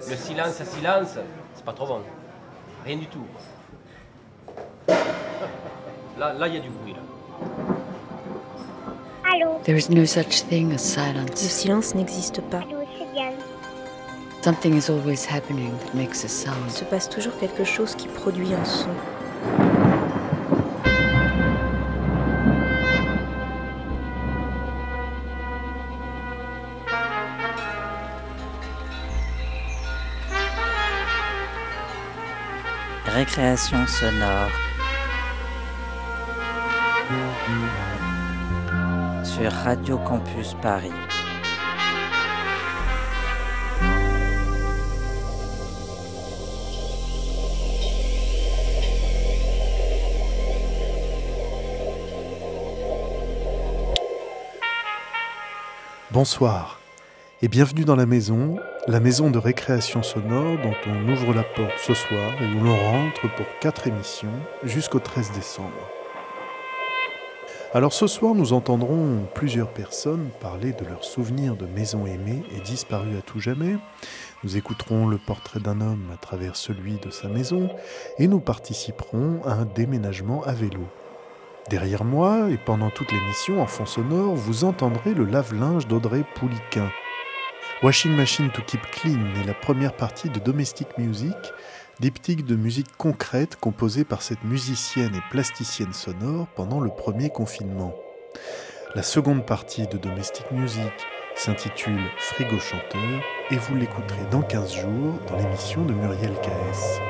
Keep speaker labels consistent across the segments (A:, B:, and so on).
A: Le silence à silence, c'est pas trop bon. Rien du tout. Là, il y a du bruit, là.
B: Allô?
C: There is no such thing as
D: Le
C: silence.
D: silence n'existe pas.
B: Allô, c'est Diane.
C: Something is always happening that makes a
D: Il
C: sound.
D: se passe toujours quelque chose qui produit un son.
E: Récréation sonore sur Radio Campus Paris.
F: Bonsoir et bienvenue dans la maison de récréation sonore dont on ouvre la porte ce soir et où l'on rentre pour 4 émissions jusqu'au 13 décembre. Alors ce soir, nous entendrons plusieurs personnes parler de leurs souvenirs de maisons aimées et disparues à tout jamais. Nous écouterons le portrait d'un homme à travers celui de sa maison et nous participerons à un déménagement à vélo. Derrière moi, et pendant toute l'émission, en fond sonore, vous entendrez le lave-linge d'Audrey Pouliquin. Washing Machine to Keep Clean est la première partie de Domestic Music, diptyque de musique concrète composée par cette musicienne et plasticienne sonore pendant le premier confinement. La seconde partie de Domestic Music s'intitule Frigo Chanteur et vous l'écouterez dans 15 jours dans l'émission de Muriel KS.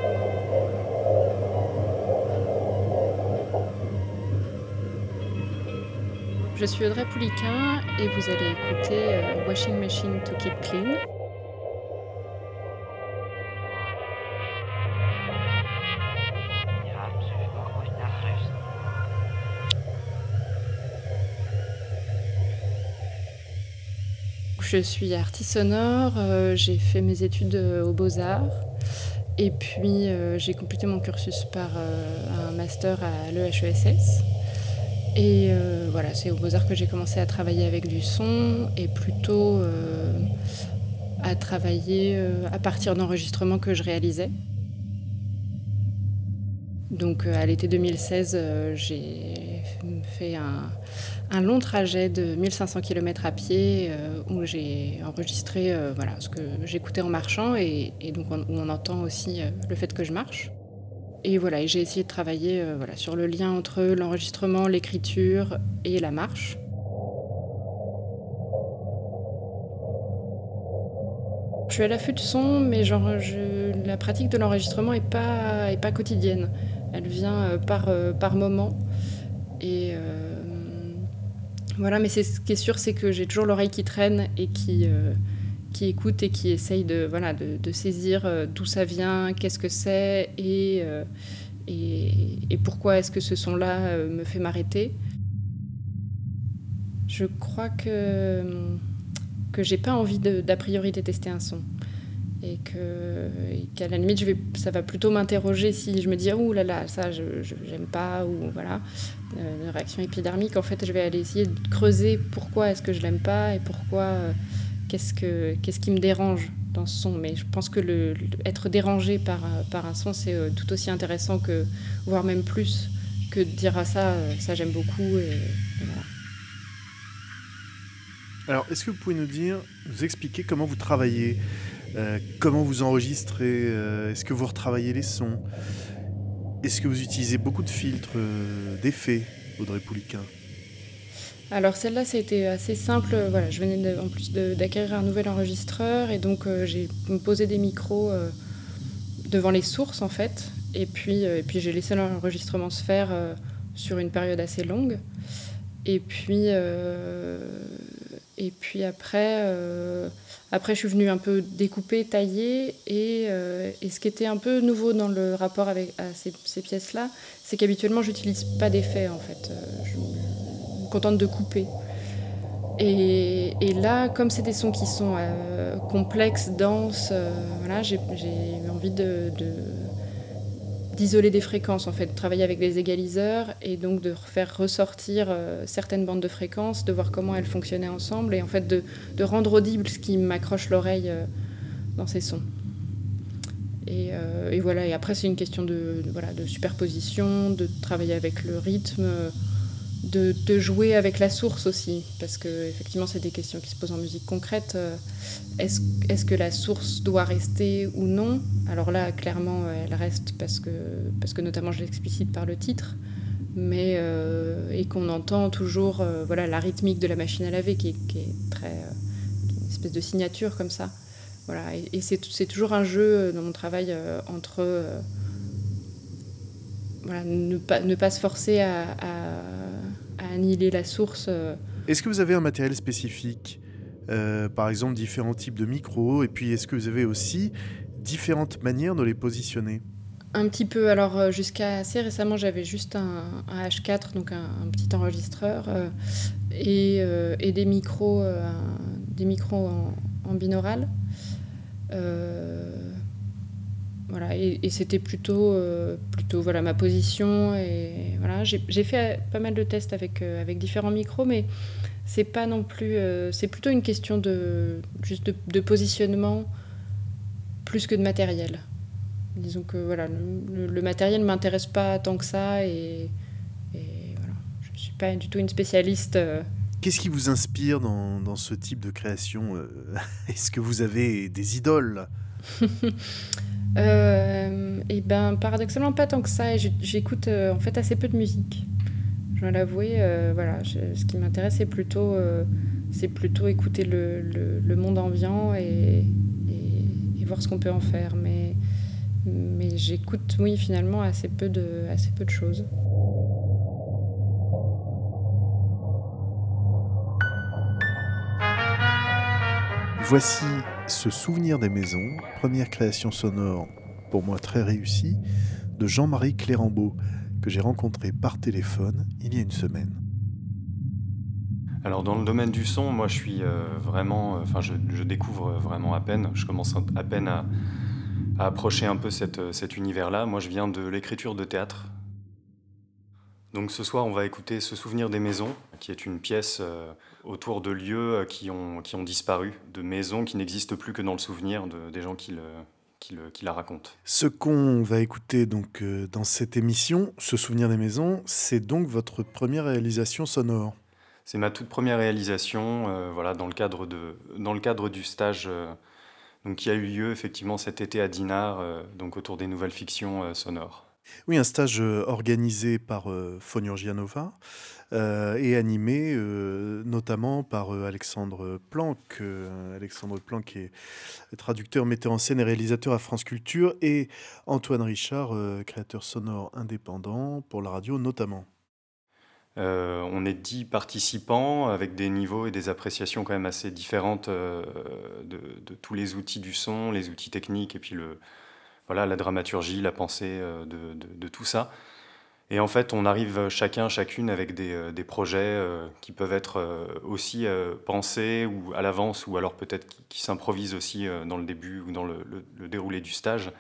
G: Je suis Audrey Pouliquin et vous allez écouter Washing Machine to Keep Clean. Je suis artiste sonore, j'ai fait mes études aux Beaux-Arts et puis j'ai complété mon cursus par un master à l'EHESS. Et voilà, c'est aux Beaux-Arts que j'ai commencé à travailler avec du son et plutôt à travailler à partir d'enregistrements que je réalisais. Donc à l'été 2016, j'ai fait un long trajet de 1500 km à pied où j'ai enregistré ce que j'écoutais en marchant et donc où on entend aussi le fait que je marche. Et voilà, j'ai essayé de travailler sur le lien entre l'enregistrement, l'écriture et la marche. Je suis à l'affût de son, mais la pratique de l'enregistrement est pas quotidienne. Elle vient par moment. Et voilà, mais ce qui est sûr, c'est que j'ai toujours l'oreille qui traîne et qui écoute et qui essaye de saisir d'où ça vient, qu'est-ce que c'est et pourquoi est-ce que ce son-là me fait m'arrêter. Je crois que j'ai pas envie d'a priori détester un son et qu'à la limite ça va plutôt m'interroger si je me dis ouh là là ça je j'aime pas ou voilà une réaction épidermique. En fait je vais aller essayer de creuser pourquoi est-ce que je l'aime pas et pourquoi qu'est-ce qui me dérange dans ce son. Mais je pense que être dérangé par un son, c'est tout aussi intéressant que, voire même plus, que de dire ça j'aime beaucoup. Et voilà.
F: Alors, est-ce que vous pouvez nous expliquer comment vous travaillez, comment vous enregistrez, est-ce que vous retravaillez les sons, est-ce que vous utilisez beaucoup de filtres, d'effets, Audrey Pouliquin ?
G: Alors celle-là, ça a été assez simple. Voilà, je venais en plus d'acquérir un nouvel enregistreur et donc j'ai posé des micros devant les sources en fait. Et puis j'ai laissé l'enregistrement se faire sur une période assez longue. Et puis après, je suis venue un peu découper, tailler et ce qui était un peu nouveau dans le rapport à ces pièces-là, c'est qu'habituellement j'utilise pas d'effets en fait. Je me contente de couper. Et là, comme c'est des sons qui sont complexes, denses, voilà, j'ai envie d'isoler des fréquences, en fait, de travailler avec des égaliseurs et donc de faire ressortir certaines bandes de fréquences, de voir comment elles fonctionnaient ensemble et en fait de rendre audible ce qui m'accroche l'oreille dans ces sons. Et voilà, et après c'est une question de superposition, de travailler avec le rythme, de jouer avec la source aussi, parce que effectivement c'est des questions qui se posent en musique concrète. Est-ce que la source doit rester ou non ? Alors là clairement elle reste parce que notamment je l'explicite par le titre, mais et qu'on entend toujours la rythmique de la machine à laver qui est très une espèce de signature comme ça. Voilà, et c'est toujours un jeu dans mon travail entre ne pas se forcer à annihiler la source.
F: Est-ce que vous avez un matériel spécifique, par exemple différents types de micros, et puis est-ce que vous avez aussi différentes manières de les positionner ?
G: Un petit peu. Alors jusqu'à assez récemment, j'avais juste un H4, donc un petit enregistreur, et des micros en binaural. Voilà, et c'était plutôt ma position, et voilà, j'ai fait pas mal de tests avec différents micros, mais c'est pas non plus c'est plutôt une question de positionnement plus que de matériel. Disons que voilà, le matériel ne m'intéresse pas tant que ça, et voilà, je ne suis pas du tout une spécialiste.
F: Qu'est-ce qui vous inspire dans ce type de création ? Est-ce que vous avez des idoles ?
G: Et ben paradoxalement pas tant que ça, et j'écoute en fait assez peu de musique. Je dois l'avouer. Ce qui m'intéresse c'est plutôt écouter le monde ambiant et voir ce qu'on peut en faire. Mais j'écoute finalement assez peu de choses.
F: Voici Ce souvenir des maisons, première création sonore, pour moi très réussie, de Jean-Marie Clérambault, que j'ai rencontré par téléphone il y a une semaine.
B: Alors dans le domaine du son, moi je suis je découvre vraiment à peine, je commence à peine à approcher un peu cet univers-là. Moi je viens de l'écriture de théâtre. Donc ce soir on va écouter Ce souvenir des maisons, qui est une pièce autour de lieux qui ont disparu, de maisons qui n'existent plus que dans le souvenir des gens qui la racontent.
F: Ce qu'on va écouter donc dans cette émission, Ce souvenir des maisons, c'est donc votre première réalisation sonore.
B: C'est ma toute première réalisation, dans le cadre du stage qui a eu lieu effectivement cet été à Dinard, autour des nouvelles fictions sonores.
F: Oui, un stage organisé par Fonurgianova et animé notamment par Alexandre Planck. Alexandre Planck est traducteur, metteur en scène et réalisateur à France Culture, et Antoine Richard, créateur sonore indépendant pour la radio notamment.
B: On est 10 participants avec des niveaux et des appréciations quand même assez différentes de tous les outils du son, les outils techniques, et puis la dramaturgie, la pensée de tout ça. Et en fait, on arrive chacune avec des projets qui peuvent être aussi pensés ou à l'avance, ou alors peut-être qui s'improvisent aussi dans le début ou dans le déroulé du stage.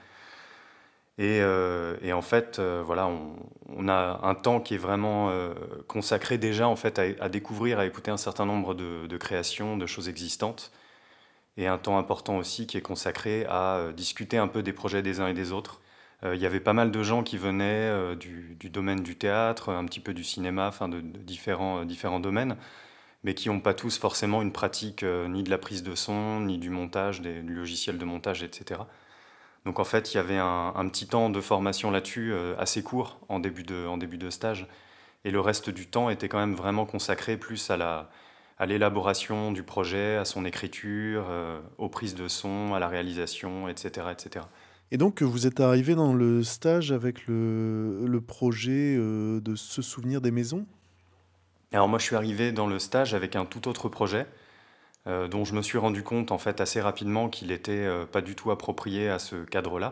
B: Et en fait, on a un temps qui est vraiment consacré déjà en fait à découvrir, à écouter un certain nombre de créations, de choses existantes, et un temps important aussi qui est consacré à discuter un peu des projets des uns et des autres. Il y avait pas mal de gens qui venaient du domaine du théâtre, un petit peu du cinéma, de différents domaines, mais qui n'ont pas tous forcément une pratique ni de la prise de son, ni du montage, du logiciel de montage, etc. Donc en fait, il y avait un petit temps de formation là-dessus, assez court, en début de stage. Et le reste du temps était quand même vraiment consacré plus à l'élaboration du projet, à son écriture, aux prises de son, à la réalisation, etc., etc.
F: Et donc, vous êtes arrivé dans le stage avec le projet de Ce souvenir des maisons ?
B: Alors moi, je suis arrivé dans le stage avec un tout autre projet, dont je me suis rendu compte en fait assez rapidement qu'il n'était pas du tout approprié à ce cadre-là.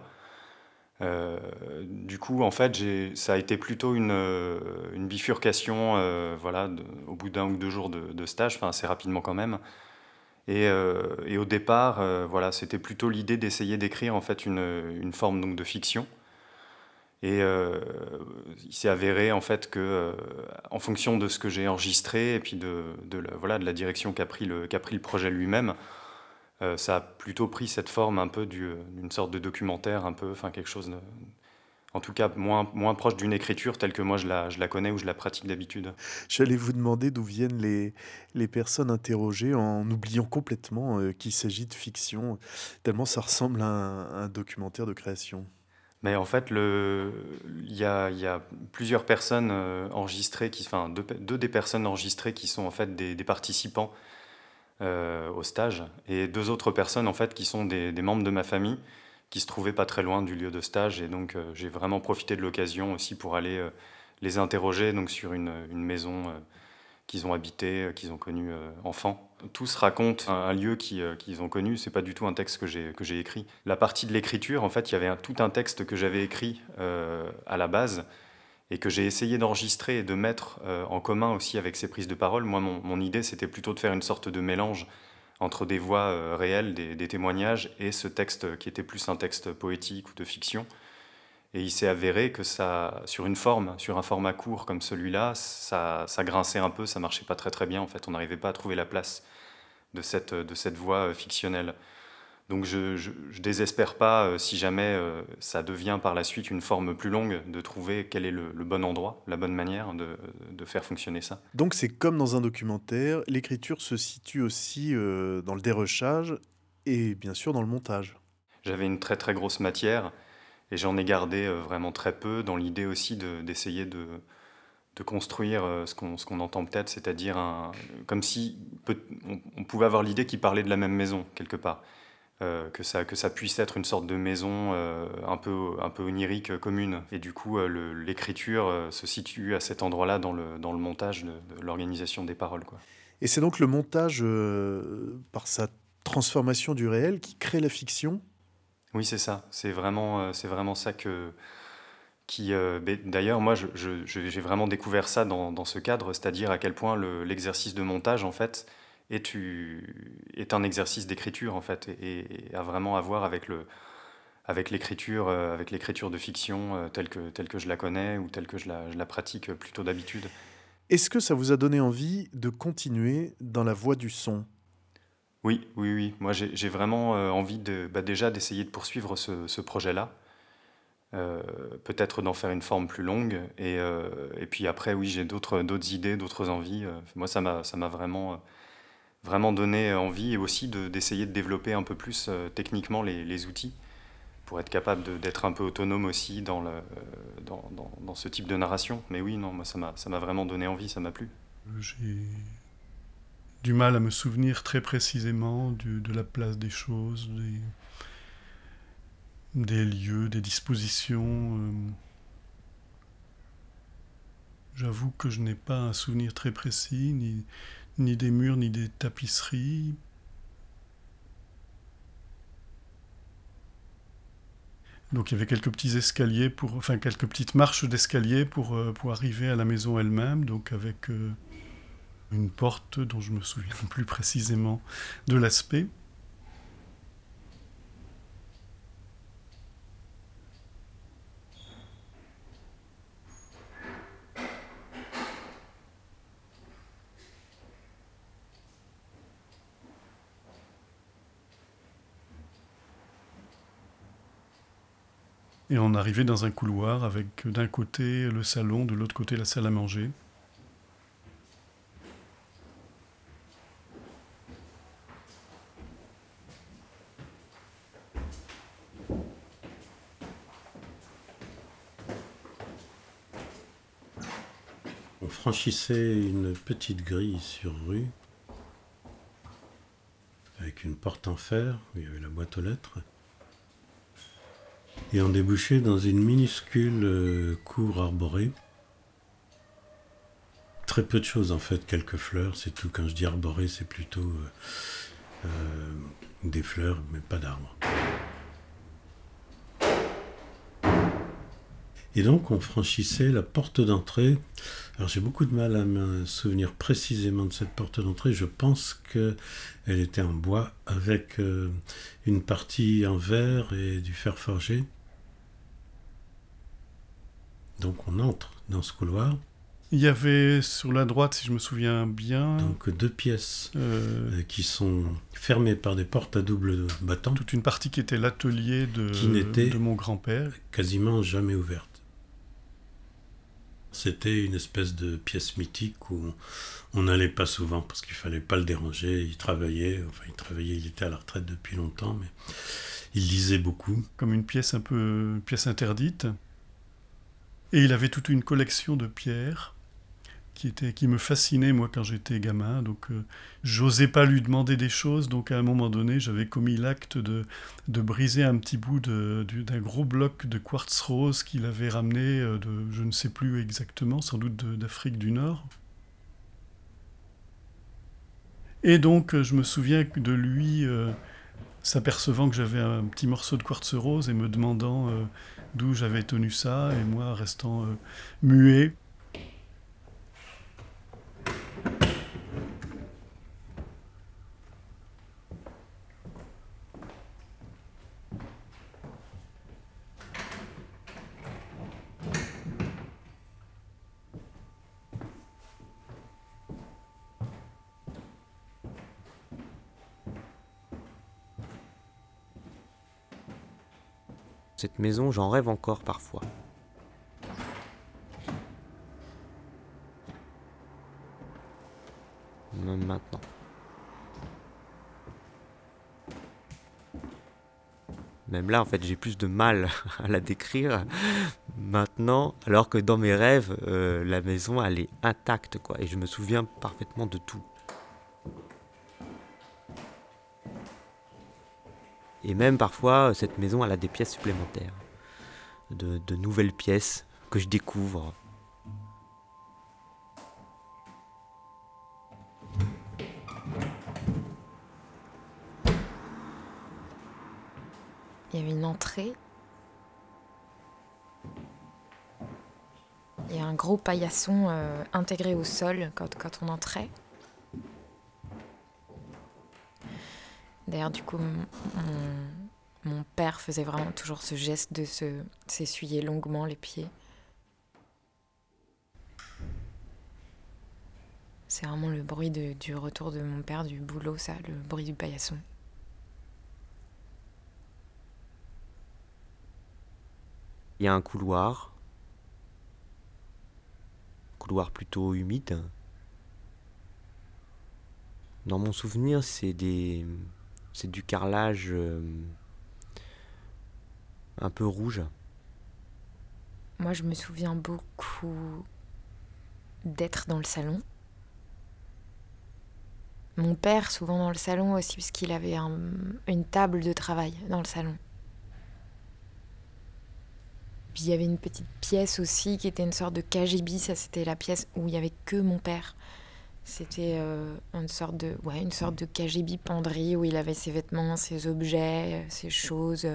B: Du coup, en fait, ça a été plutôt une bifurcation, au bout d'1 ou 2 jours de stage, assez rapidement quand même. Et au départ, c'était plutôt l'idée d'essayer d'écrire en fait une forme donc de fiction. Et il s'est avéré en fait que, en fonction de ce que j'ai enregistré et puis de la direction qu'a pris le projet lui-même, ça a plutôt pris cette forme un peu d'une sorte de documentaire, un peu, enfin quelque chose de, en tout cas moins proche d'une écriture telle que moi je la connais ou je la pratique d'habitude.
F: J'allais vous demander d'où viennent les personnes interrogées en oubliant complètement qu'il s'agit de fiction, tellement ça ressemble à un documentaire de création.
B: Mais en fait, il y a plusieurs personnes enregistrées, enfin deux des personnes enregistrées qui sont en fait des participants au stage, et deux autres personnes en fait qui sont des membres de ma famille qui se trouvaient pas très loin du lieu de stage, et donc j'ai vraiment profité de l'occasion aussi pour aller les interroger donc sur une maison qu'ils ont habité, qu'ils ont connu enfant. Tous racontent un lieu qu'ils ont connu, c'est pas du tout un texte que j'ai écrit. La partie de l'écriture, en fait, il y avait tout un texte que j'avais écrit à la base et que j'ai essayé d'enregistrer et de mettre en commun aussi avec ces prises de parole. Moi, mon idée, c'était plutôt de faire une sorte de mélange entre des voix réelles, des témoignages, et ce texte qui était plus un texte poétique ou de fiction. Et il s'est avéré que ça, sur un format court comme celui-là, ça grinçait un peu, ça marchait pas très très bien. En fait, on n'arrivait pas à trouver la place de cette voix fictionnelle. Donc je désespère pas, si jamais ça devient par la suite une forme plus longue, de trouver quel est le bon endroit, la bonne manière de faire fonctionner ça.
F: Donc c'est comme dans un documentaire, l'écriture se situe aussi dans le dérochage et bien sûr dans le montage.
B: J'avais une très très grosse matière et j'en ai gardé vraiment très peu, dans l'idée aussi d'essayer de construire ce qu'on entend peut-être, c'est-à-dire comme si on pouvait avoir l'idée qu'ils parlaient de la même maison quelque part. Que ça puisse être une sorte de maison un peu onirique commune. Et du coup, l'écriture se situe à cet endroit-là dans le montage de l'organisation des paroles, quoi.
F: Et c'est donc le montage, par sa transformation du réel, qui crée la fiction ?
B: Oui, c'est ça. C'est vraiment ça d'ailleurs, moi, j'ai vraiment découvert ça dans ce cadre, c'est-à-dire à quel point l'exercice de montage, en fait, est un exercice d'écriture, en fait, et a vraiment à voir avec l'écriture de fiction telle que je la connais ou telle que je la pratique plutôt d'habitude.
F: Est-ce que ça vous a donné envie de continuer dans la voie du son ?
B: Oui. Moi, j'ai vraiment envie déjà d'essayer de poursuivre ce projet-là. Peut-être d'en faire une forme plus longue, et puis après, oui, j'ai d'autres idées, d'autres envies. Moi, ça m'a vraiment donné envie, et aussi d'essayer de développer un peu plus techniquement les outils pour être capable d'être un peu autonome aussi dans ce type de narration. Mais oui, non, moi ça m'a vraiment donné envie, ça m'a plu.
H: J'ai du mal à me souvenir très précisément de la place des choses, des lieux, des dispositions. J'avoue que je n'ai pas un souvenir très précis, ni des murs, ni des tapisseries. Donc il y avait quelques petits escaliers, quelques petites marches d'escalier pour arriver à la maison elle-même, donc avec une porte dont je me souviens plus précisément de l'aspect. Et on arrivait dans un couloir avec d'un côté le salon, de l'autre côté la salle à manger.
I: On franchissait une petite grille sur rue avec une porte en fer où il y avait la boîte aux lettres. Et on débouchait dans une minuscule cour arborée. Très peu de choses en fait, quelques fleurs, c'est tout. Quand je dis arborée, c'est plutôt des fleurs, mais pas d'arbres. Et donc on franchissait la porte d'entrée. Alors j'ai beaucoup de mal à me souvenir précisément de cette porte d'entrée. Je pense qu'elle était en bois avec une partie en verre et du fer forgé. Donc on entre dans ce couloir
H: Il y avait sur la droite, si je me souviens bien...
I: Donc 2 pièces qui sont fermées par des portes à double battant.
H: Toute une partie qui était l'atelier de mon grand-père.
I: Quasiment jamais ouverte. C'était une espèce de pièce mythique où on n'allait pas souvent parce qu'il ne fallait pas le déranger. Il travaillait, il était à la retraite depuis longtemps, mais il lisait beaucoup.
H: Comme une pièce un peu pièce interdite. Et il avait toute une collection de pierres qui me fascinait, moi, quand j'étais gamin. Donc, j'osais pas lui demander des choses. Donc, à un moment donné, j'avais commis l'acte de briser un petit bout d'un gros bloc de quartz rose qu'il avait ramené je ne sais plus exactement, sans doute d'Afrique du Nord. Et donc, je me souviens de lui s'apercevant que j'avais un petit morceau de quartz rose et me demandant d'où j'avais tenu ça, et moi restant muet.
J: Cette maison, j'en rêve encore parfois. Même maintenant. Même là, en fait, j'ai plus de mal à la décrire maintenant, alors que dans mes rêves, la maison, elle est intacte, quoi. Et je me souviens parfaitement de tout. Et même parfois, cette maison, elle a des pièces supplémentaires. De nouvelles pièces que je découvre.
K: Il y avait une entrée. Il y a un gros paillasson intégré au sol quand on entrait. D'ailleurs, du coup, mon père faisait vraiment toujours ce geste de s'essuyer longuement les pieds. C'est vraiment le bruit du retour de mon père du boulot, ça, le bruit du paillasson.
J: Il y a un couloir plutôt humide. Dans mon souvenir, c'est du carrelage un peu rouge.
K: Moi, je me souviens beaucoup d'être dans le salon. Mon père, souvent dans le salon aussi, parce qu'il avait une table de travail dans le salon. Puis il y avait une petite pièce aussi qui était une sorte de cagibi. Ça, c'était la pièce où il n'y avait que mon père. C'était une sorte de cagibi penderie où il avait ses vêtements, ses objets, ses choses.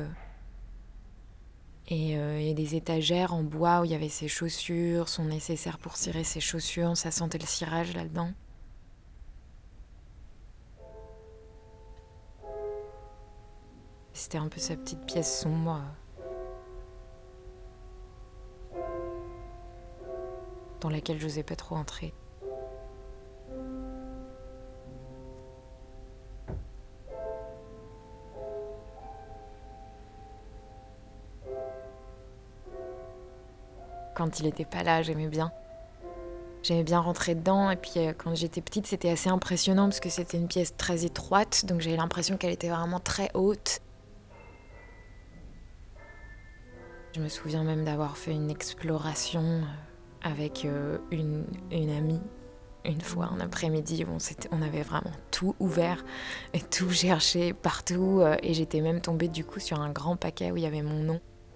K: Et des étagères en bois où il y avait ses chaussures, son nécessaire pour cirer ses chaussures. Ça sentait le cirage là-dedans. C'était un peu sa petite pièce sombre. Dans laquelle je n'osais pas trop entrer. Quand il n'était pas là, j'aimais bien. J'aimais bien rentrer dedans, et puis quand j'étais petite, c'était assez impressionnant parce que c'était une pièce très étroite, donc j'avais l'impression qu'elle était vraiment très haute. Je me souviens même d'avoir fait une exploration avec une amie, une fois, un après-midi, où on avait vraiment tout ouvert et tout cherché partout, et j'étais même tombée du coup sur un grand paquet où il y avait mon nom.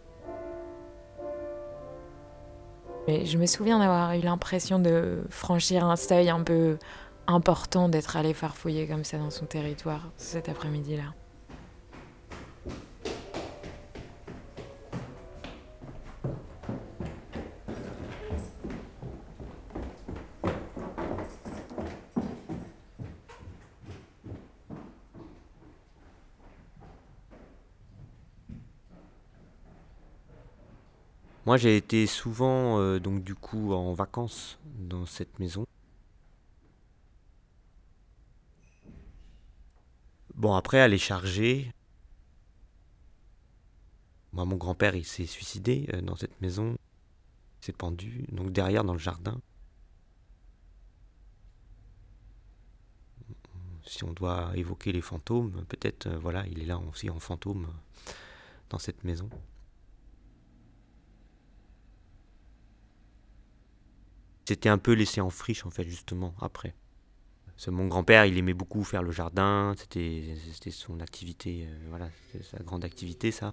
K: Et je me souviens d'avoir eu l'impression de franchir un seuil un peu important, d'être allée farfouiller comme ça dans son territoire cet après-midi-là.
J: Moi, j'ai été souvent, donc du coup, en vacances dans cette maison. Bon, après, elle est chargée. Moi, mon grand-père, il s'est suicidé dans cette maison. Il s'est pendu, donc derrière, dans le jardin. Si on doit évoquer les fantômes, peut-être, voilà, il est là aussi en fantôme dans cette maison. C'était un peu laissé en friche, en fait, justement, après. Mon grand-père, il aimait beaucoup faire le jardin, c'était son activité, voilà, c'était sa grande activité, ça.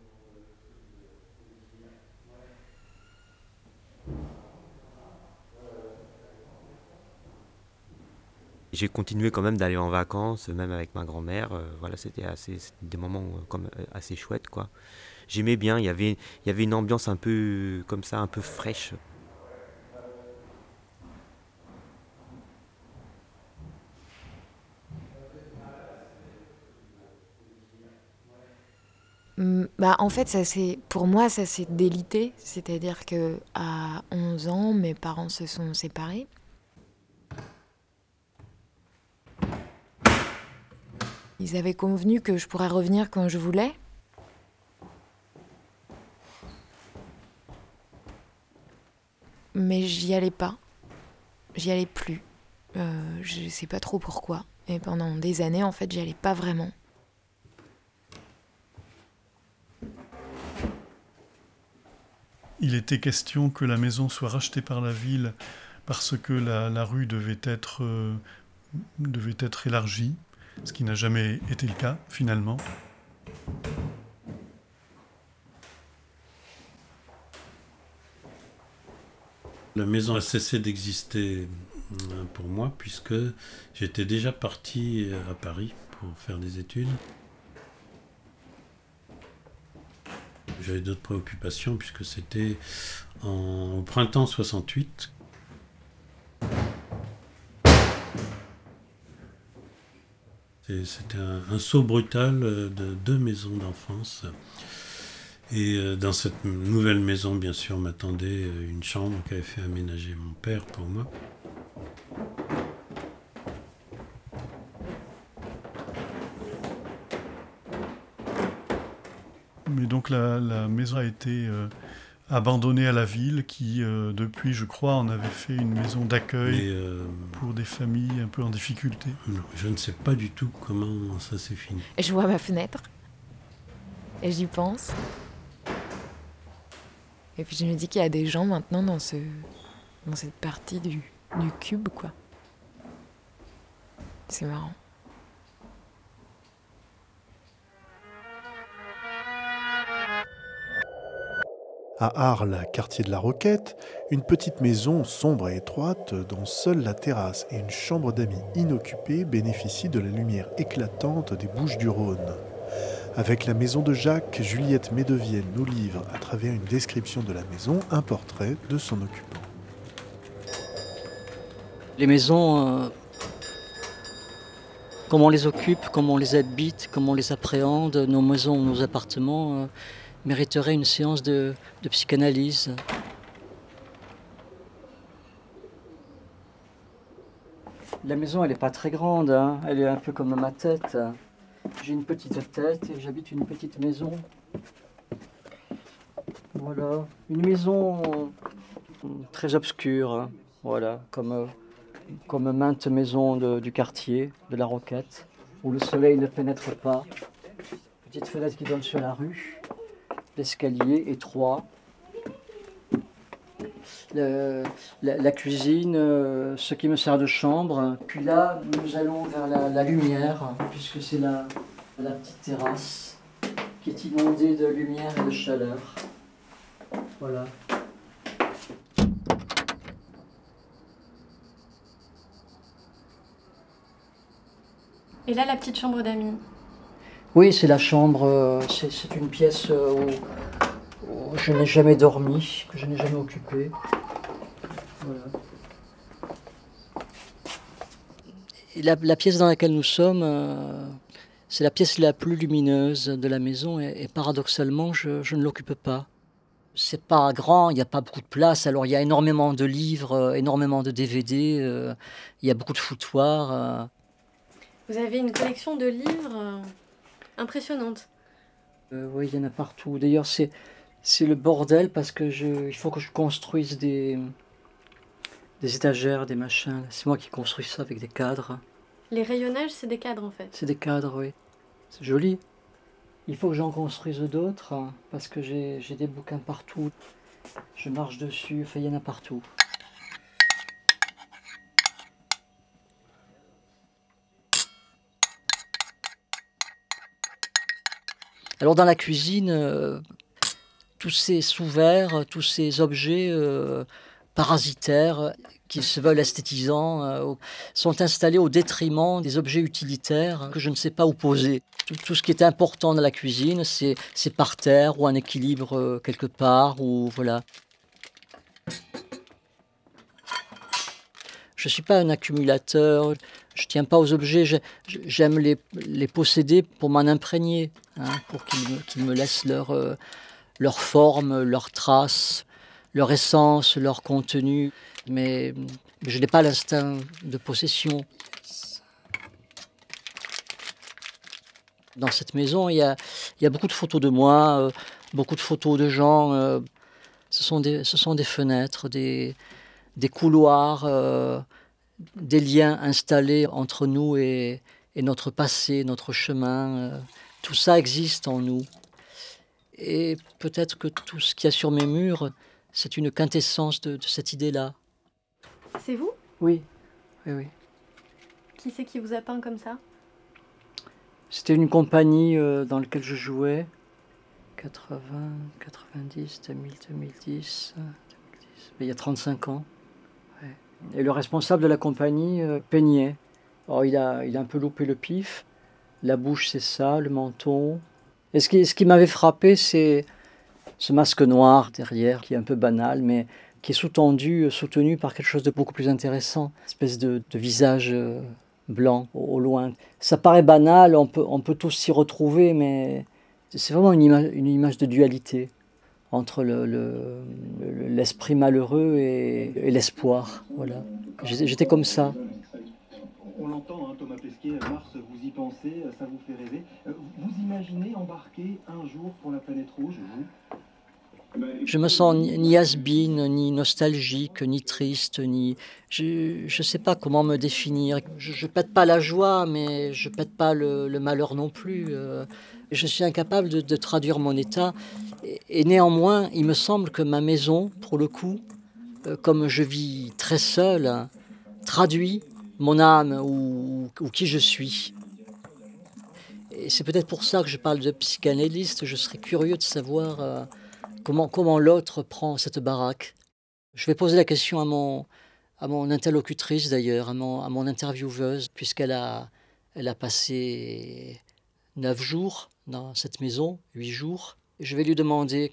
J: J'ai continué quand même d'aller en vacances, même avec ma grand-mère. Voilà, c'était des moments assez chouettes, quoi. J'aimais bien, il y avait une ambiance un peu comme ça, un peu fraîche.
K: En fait, pour moi, ça s'est délité. C'est-à-dire qu'à 11 ans, mes parents se sont séparés. Ils avaient convenu que je pourrais revenir quand je voulais. Mais j'y allais pas. J'y allais plus. Je sais pas trop pourquoi. Et pendant des années, en fait, j'y allais pas vraiment.
H: Il était question que la maison soit rachetée par la ville parce que la rue devait être élargie, ce qui n'a jamais été le cas, finalement.
I: La maison a cessé d'exister pour moi puisque j'étais déjà parti à Paris pour faire des études. J'avais d'autres préoccupations puisque c'était au printemps 68. C'était un saut brutal de 2 maisons d'enfance. Et dans cette nouvelle maison, bien sûr, m'attendait une chambre qu'avait fait aménager mon père pour moi.
H: Mais donc la maison a été abandonnée à la ville qui, depuis, je crois, en avait fait une maison d'accueil pour des familles un peu en difficulté.
I: Non, je ne sais pas du tout comment ça s'est fini.
K: Et je vois ma fenêtre. Et j'y pense. Et puis je me dis qu'il y a des gens maintenant dans cette partie du cube, quoi. C'est marrant.
F: À Arles, quartier de la Roquette, une petite maison sombre et étroite dont seule la terrasse et une chambre d'amis inoccupée bénéficient de la lumière éclatante des Bouches-du-Rhône. Avec la maison de Jacques, Juliette Medevielle nous livre, à travers une description de la maison, un portrait de son occupant.
L: Les maisons, comment on les occupe, comment on les habite, comment on les appréhende, nos maisons, nos appartements... mériterait une séance de psychanalyse. La maison, elle n'est pas très grande, hein. Elle est un peu comme ma tête. J'ai une petite tête et j'habite une petite maison. Voilà, une maison très obscure, hein. Voilà, comme maintes maisons du quartier, de la Roquette, où le soleil ne pénètre pas. Petite fenêtre qui donne sur la rue. L'escalier étroit, la cuisine, ce qui me sert de chambre. Puis là, nous allons vers la lumière, puisque c'est la petite terrasse qui est inondée de lumière et de chaleur. Voilà.
M: Et là, la petite chambre d'amis.
L: Oui, c'est la chambre, c'est une pièce où je n'ai jamais dormi, que je n'ai jamais occupée. Voilà. Et la pièce dans laquelle nous sommes, c'est la pièce la plus lumineuse de la maison et paradoxalement, je ne l'occupe pas. C'est pas grand, il n'y a pas beaucoup de place. Alors il y a énormément de livres, énormément de DVD, il y a beaucoup de foutoirs.
M: Vous avez une collection de livres impressionnante.
L: Oui, il y en a partout. D'ailleurs, c'est le bordel parce que il faut que je construise des étagères, des machins. C'est moi qui construis ça avec des cadres.
M: Les rayonnages, c'est des cadres en fait.
L: C'est des cadres, oui. C'est joli. Il faut que j'en construise d'autres parce que j'ai des bouquins partout. Je marche dessus, enfin, il y en a partout. Alors dans la cuisine, tous ces sous-verts, tous ces objets parasitaires qui se veulent esthétisants sont installés au détriment des objets utilitaires que je ne sais pas où poser. Tout ce qui est important dans la cuisine, c'est par terre ou en équilibre quelque part, ou voilà. Je ne suis pas un accumulateur, je ne tiens pas aux objets, j'aime les posséder pour m'en imprégner, pour qu'ils me laissent leur forme, leurs traces, leur essence, leur contenu. Mais je n'ai pas l'instinct de possession. Dans cette maison, il y a beaucoup de photos de moi, beaucoup de photos de gens. Ce sont des fenêtres, des couloirs, des liens installés entre nous et notre passé, notre chemin. Tout ça existe en nous. Et peut-être que tout ce qu'il y a sur mes murs, c'est une quintessence de cette idée-là.
M: C'est vous ?
L: Oui.
M: Qui c'est qui vous a peint comme ça ?
L: C'était une compagnie dans laquelle je jouais. 80, 90, 2000, 2010, il y a 35 ans. Ouais. Et le responsable de la compagnie peignait. Alors il a un peu loupé le pif. La bouche, c'est ça, le menton. Et ce qui m'avait frappé, c'est ce masque noir derrière, qui est un peu banal, mais qui est soutenu par quelque chose de beaucoup plus intéressant. Une espèce de visage blanc au loin. Ça paraît banal, on peut tous s'y retrouver, mais c'est vraiment une image de dualité entre l'esprit malheureux et l'espoir. Voilà. J'étais comme ça.
N: On l'entend, Thomas Pesquet, Mars, vous y pensez, ça vous fait rêver. Vous imaginez embarquer un jour pour la planète rouge, vous ?
L: Je me sens ni has-been, ni nostalgique, ni triste, ni... Je ne sais pas comment me définir. Je pète pas la joie, mais je pète pas le malheur non plus. Je suis incapable de traduire mon état. Et néanmoins, il me semble que ma maison, pour le coup, comme je vis très seul, traduit mon âme ou qui je suis. Et c'est peut-être pour ça que je parle de psychanalyste. Je serais curieux de savoir... Comment l'autre prend cette baraque. Je vais poser la question à mon interlocutrice d'ailleurs, à mon intervieweuse, puisqu'elle a passé 9 jours dans cette maison, 8 jours. Je vais lui demander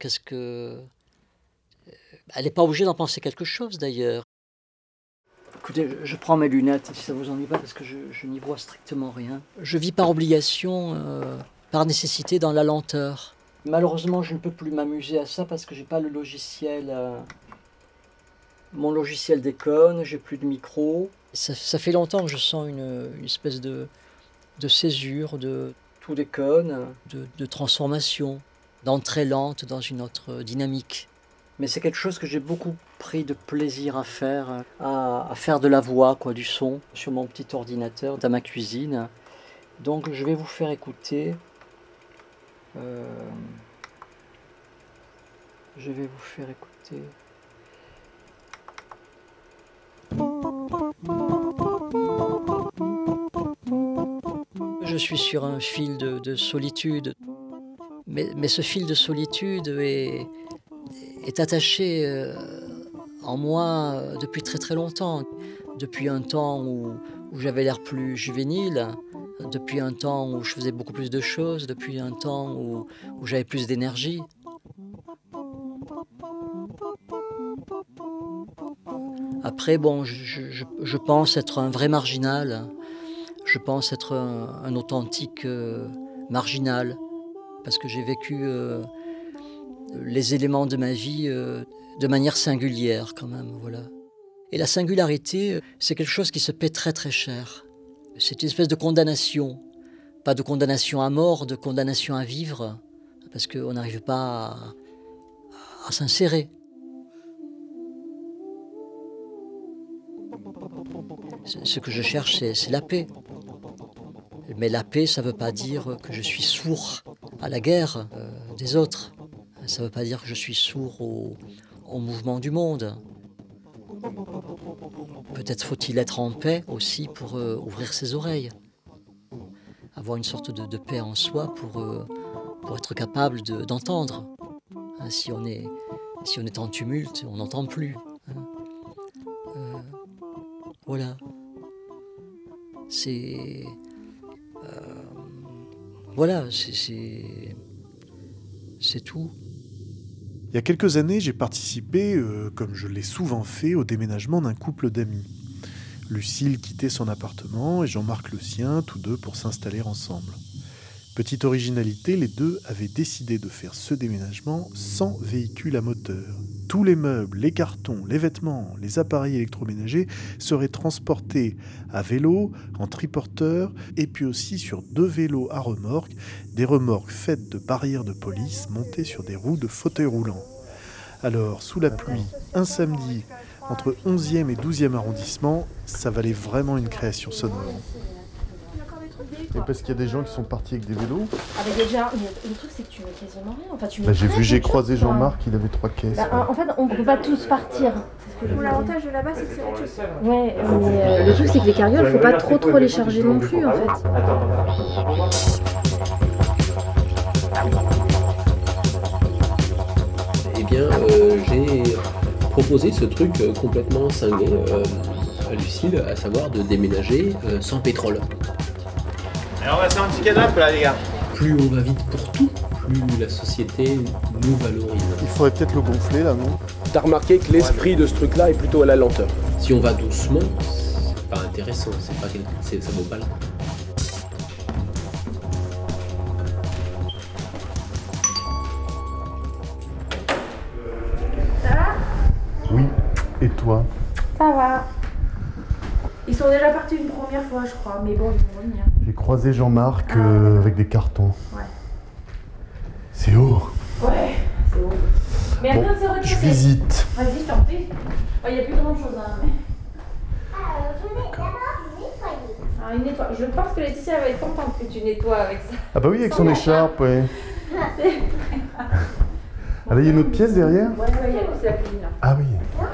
L: elle n'est pas obligée d'en penser quelque chose d'ailleurs. Écoutez, je prends mes lunettes, si ça vous ennuie pas, parce que je n'y vois strictement rien. Je vis par obligation, par nécessité, dans la lenteur. Malheureusement, je ne peux plus m'amuser à ça parce que j'ai pas le logiciel. Mon logiciel déconne, j'ai plus de micro. Ça fait longtemps que je sens une espèce de césure, tout déconne, de transformation, d'entrée lente dans une autre dynamique. Mais c'est quelque chose que j'ai beaucoup pris de plaisir à faire de la voix, du son, sur mon petit ordinateur, dans ma cuisine. Donc je vais vous faire écouter. Je vais vous faire écouter. Je suis sur un fil de solitude, mais ce fil de solitude est attaché en moi depuis très très longtemps. Depuis un temps où j'avais l'air plus juvénile, depuis un temps où je faisais beaucoup plus de choses, depuis un temps où j'avais plus d'énergie. Après, je pense être un vrai marginal. Je pense être un authentique marginal. Parce que j'ai vécu les éléments de ma vie de manière singulière quand même, voilà. Et la singularité, c'est quelque chose qui se paie très très cher. C'est une espèce de condamnation, pas de condamnation à mort, de condamnation à vivre, parce qu'on n'arrive pas à s'insérer. Ce que je cherche, c'est la paix. Mais la paix, ça ne veut pas dire que je suis sourd à la guerre des autres. Ça ne veut pas dire que je suis sourd au mouvement du monde. Peut-être faut-il être en paix aussi pour ouvrir ses oreilles. Avoir une sorte de paix en soi pour être capable d'entendre. Hein, si on est en tumulte, on n'entend plus. Hein. Voilà. Voilà, c'est tout.
F: Il y a quelques années, j'ai participé, comme je l'ai souvent fait, au déménagement d'un couple d'amis. Lucille quittait son appartement et Jean-Marc le sien, tous deux pour s'installer ensemble. Petite originalité, les deux avaient décidé de faire ce déménagement sans véhicule à moteur. Tous les meubles, les cartons, les vêtements, les appareils électroménagers seraient transportés à vélo, en triporteur et puis aussi sur 2 vélos à remorque, des remorques faites de barrières de police montées sur des roues de fauteuil roulant. Alors, sous la pluie, un samedi, entre 11e et 12e arrondissement, ça valait vraiment une création sonore. Et parce qu'il y a des gens qui sont partis avec des vélos.
M: Ah bah déjà, le truc c'est que tu mets quasiment rien. Enfin, tu mets
F: j'ai croisé Jean-Marc, il avait 3 caisses.
M: En fait, on peut pas tous partir. L'avantage de là-bas, c'est que c'est autre chose. Ouais, mais le truc c'est que les carrioles, faut pas trop les charger non plus en fait.
O: Eh bien, j'ai proposé ce truc complètement cinglé à Lucille, à savoir de déménager sans pétrole.
A: Alors on va faire un petit canap là les gars.
O: Plus on va vite pour tout, plus la société nous valorise.
F: Il faudrait peut-être le gonfler là, non ?
O: T'as remarqué que l'esprit de ce truc-là est plutôt à la lenteur. Si on va doucement, c'est pas intéressant, ça vaut pas le coup.
M: Ça va ?
F: Oui, et toi ?
M: Ça va. Ils sont déjà partis une première fois, je crois, mais bon, ils vont revenir.
F: J'ai croisé Jean-Marc avec des cartons.
M: Ouais.
F: C'est haut.
M: Ouais, c'est haut. Mais après, on s'est retiré.
F: Je visite.
M: Vas-y, je t'en prie. Il n'y a plus grand-chose, hein. Mais... Ah, il nettoie. Je pense que Laetitia va être contente que tu nettoies avec ça.
F: Ah bah oui, avec son écharpe, ouais. Ah là, il y a une autre pièce derrière ?
M: Ouais, c'est la cuisine. Là.
F: Ah oui.
M: Voilà.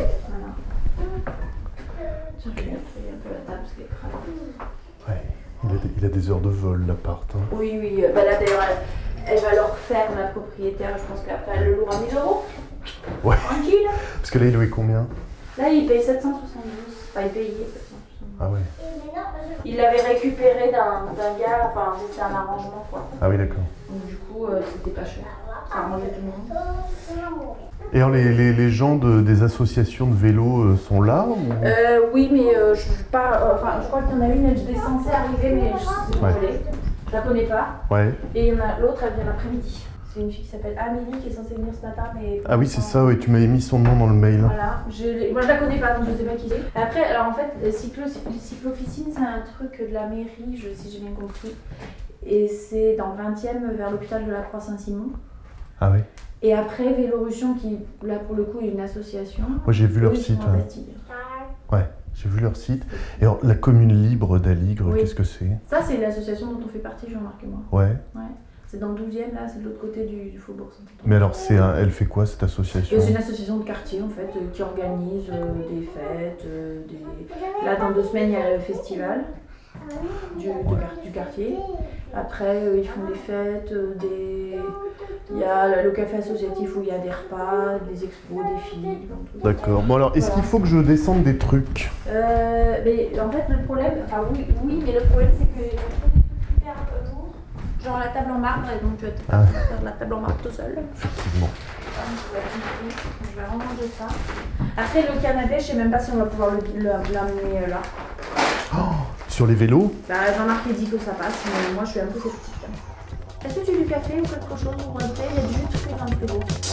M: Je vais nettoyer un peu la table parce qu'elle est crade.
F: Ouais, il a des heures de vol, l'appart. Hein.
M: Oui. Bah là, d'ailleurs, elle va le refaire, la propriétaire. Je pense qu'après, elle le louera 1 000 €.
F: Ouais.
M: Tranquille.
F: Parce que là, il louait combien ?
M: Là, il paye 772. Enfin, il payait 772.
F: Ah ouais.
M: Il l'avait récupéré d'un gars, enfin, c'était un arrangement, quoi.
F: Ah oui, d'accord.
M: Donc, du coup, c'était pas cher. Ça arrangeait tout le monde.
F: Et alors, les gens des associations de vélo sont là ou...
M: Oui, mais je crois qu'il y en a une, elle est censée arriver, mais je sais pas où elle est. Je la connais pas.
F: Ouais.
M: Et il y en a l'autre, elle vient l'après-midi. C'est une fille qui s'appelle Amélie qui est censée venir ce matin, mais...
F: Ah oui, c'est ça, oui, tu m'avais mis son nom dans le mail.
M: Voilà, moi je la connais pas, donc je sais pas qui c'est. Après, alors en fait, cyclo-officine, c'est un truc de la mairie, si j'ai bien compris. Et c'est dans le 20e, vers l'hôpital de la Croix-Saint-Simon.
F: Ah oui.
M: Et après, Vélorussion, qui là pour le coup est une association.
F: Moi j'ai vu leur site. Ouais, j'ai vu leur site. Et alors, la commune libre d'Aligre, qu'est-ce que c'est ?
M: Ça, c'est l'association dont on fait partie, Jean-Marc et moi.
F: Ouais.
M: C'est dans le 12e, là, c'est de l'autre côté du Faubourg Saint-Antoine.
F: Mais alors, elle fait quoi cette association ?
M: C'est une association de quartier en fait, qui organise des fêtes. Là, dans 2 semaines, il y a le festival du quartier. Après, ils font des fêtes, il y a le café associatif où il y a des repas, des expos, des films.
F: D'accord. Bon alors, est-ce qu'il faut que je descende des trucs ?
M: Mais en fait, le problème, oui, mais le problème c'est que les trucs super lourds. Genre la table en marbre, et donc tu vas faire la table en marbre tout seul.
F: Effectivement.
M: Je vais ranger ça. Après le canapé, je sais même pas si on va pouvoir l'amener là.
F: Oh, sur les vélos ?
M: Jean-Marc dit que ça passe, mais moi je suis un peu sceptique. Est-ce que tu as du café ou quelque chose ou un thé ? Il y a du jus de fruits dans le frigo.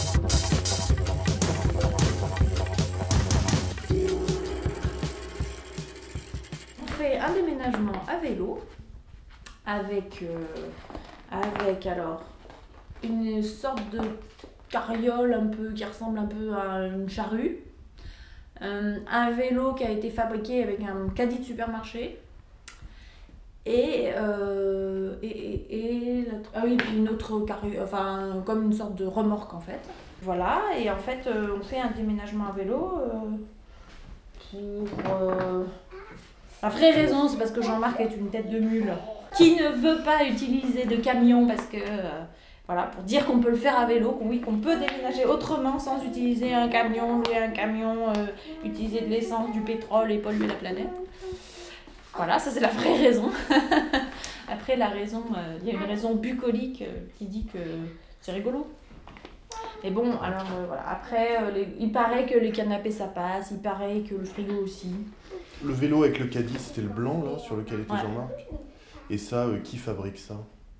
M: avec alors une sorte de carriole un peu qui ressemble un peu à une charrue, un vélo qui a été fabriqué avec un caddie de supermarché et puis une autre carrue, enfin comme une sorte de remorque en fait. Voilà, et en fait on fait un déménagement à vélo pour la vraie raison, c'est parce que Jean-Marc est une tête de mule qui ne veut pas utiliser de camion parce que voilà, pour dire qu'on peut le faire à vélo, qu'on peut déménager autrement sans utiliser un camion, louer un camion, utiliser de l'essence, du pétrole et polluer la planète. Voilà, ça c'est la vraie raison. Après la raison, il y a une raison bucolique qui dit que c'est rigolo. Mais bon, alors voilà, après il paraît que les canapés ça passe, il paraît que le frigo aussi.
F: Le vélo avec le caddie, c'était le blanc là, sur lequel était Jean-Marc. Et ça, qui fabrique ça?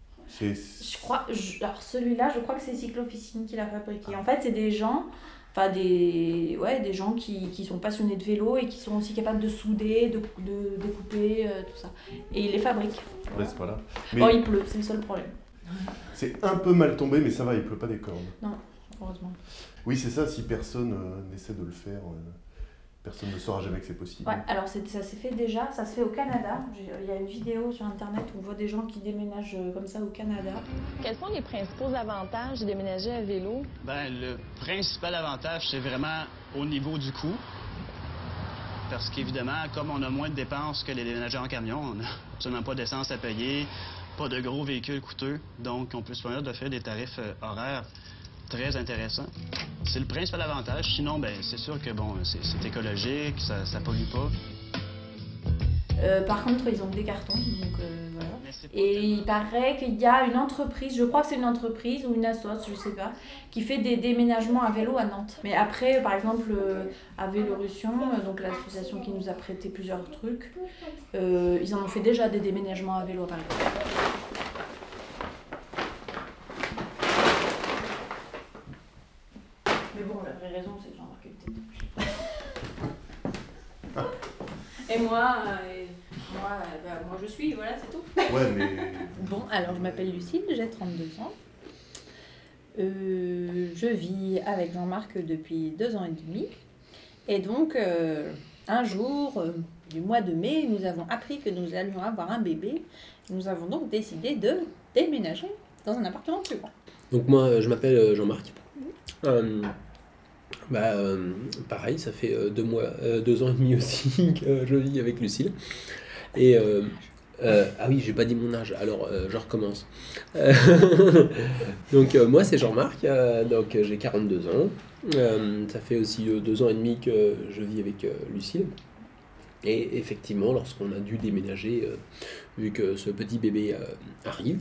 M: Alors celui-là, je crois que c'est Cyclofficine qui l'a fabriqué. En fait, c'est des gens, des gens qui sont passionnés de vélo et qui sont aussi capables de souder, de découper, tout ça. Et ils les fabriquent.
F: Ouais, c'est pas là.
M: Mais... Bon, il pleut, c'est le seul problème.
F: C'est un peu mal tombé, mais ça va, il pleut pas des cordes.
M: Non, heureusement.
F: Oui, c'est ça, si personne n'essaie de le faire... Personne ne saura jamais que c'est possible.
M: Ouais, alors ça s'est fait déjà, ça se fait au Canada. Il y a une vidéo sur internet où on voit des gens qui déménagent comme ça au Canada.
P: Quels sont les principaux avantages de déménager à vélo?
Q: Le principal avantage, c'est vraiment au niveau du coût. Parce qu'évidemment, comme on a moins de dépenses que les déménageurs en camion, on n'a absolument pas d'essence à payer, pas de gros véhicules coûteux, donc on peut se permettre de faire des tarifs horaires très intéressant. C'est le principal avantage. Sinon, c'est sûr que c'est écologique, ça pollue pas.
M: Par contre, ils ont des cartons, donc voilà. Et il paraît qu'il y a une entreprise, je crois que c'est une entreprise ou une assoce, je sais pas, qui fait des déménagements à vélo à Nantes. Mais après, par exemple, à Vélorussion, donc l'association qui nous a prêté plusieurs trucs, ils en ont fait déjà des déménagements à vélo, par exemple. Mais bon, la vraie raison, c'est que Jean-Marc est tête de mule. Et moi, je suis, voilà, c'est tout.
F: Ouais, mais...
R: Bon, alors je m'appelle Lucille, j'ai 32 ans. Je vis avec Jean-Marc depuis 2 ans et demi. Et donc, un jour du mois de mai, nous avons appris que nous allions avoir un bébé. Nous avons donc décidé de déménager dans un appartement plus grand.
O: Donc moi, je m'appelle Jean-Marc. Pareil, ça fait 2 ans et demi aussi que je vis avec Lucille. Et ah oui, j'ai pas dit mon âge, alors je recommence. Donc moi c'est Jean-Marc, donc j'ai 42 ans. Ça fait aussi 2 ans et demi que je vis avec Lucille. Et effectivement, lorsqu'on a dû déménager, vu que ce petit bébé arrive,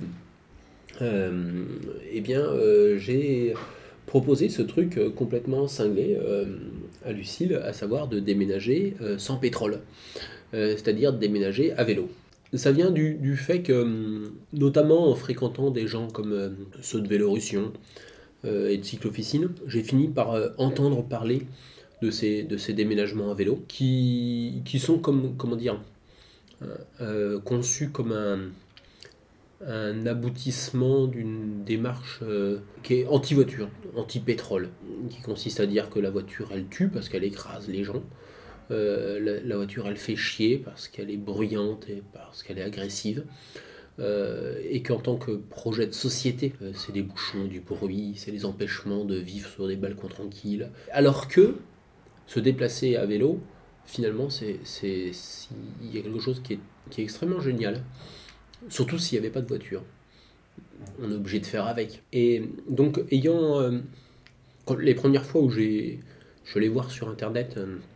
O: j'ai proposé ce truc complètement cinglé à Lucille, à savoir de déménager sans pétrole, c'est-à-dire de déménager à vélo. Ça vient du fait que, notamment en fréquentant des gens comme ceux de Vélorussion et de Cyclofficine, j'ai fini par entendre parler de ces déménagements à vélo qui sont conçus comme un aboutissement d'une démarche qui est anti-voiture, anti-pétrole, qui consiste à dire que la voiture elle tue parce qu'elle écrase les gens, la voiture elle fait chier parce qu'elle est bruyante et parce qu'elle est agressive, et qu'en tant que projet de société, c'est des bouchons, du bruit, c'est les empêchements de vivre sur des balcons tranquilles, alors que se déplacer à vélo, finalement, il y a quelque chose qui est extrêmement génial. Surtout s'il n'y avait pas de voiture. On est obligé de faire avec. Et donc, les premières fois où je suis allé voir sur Internet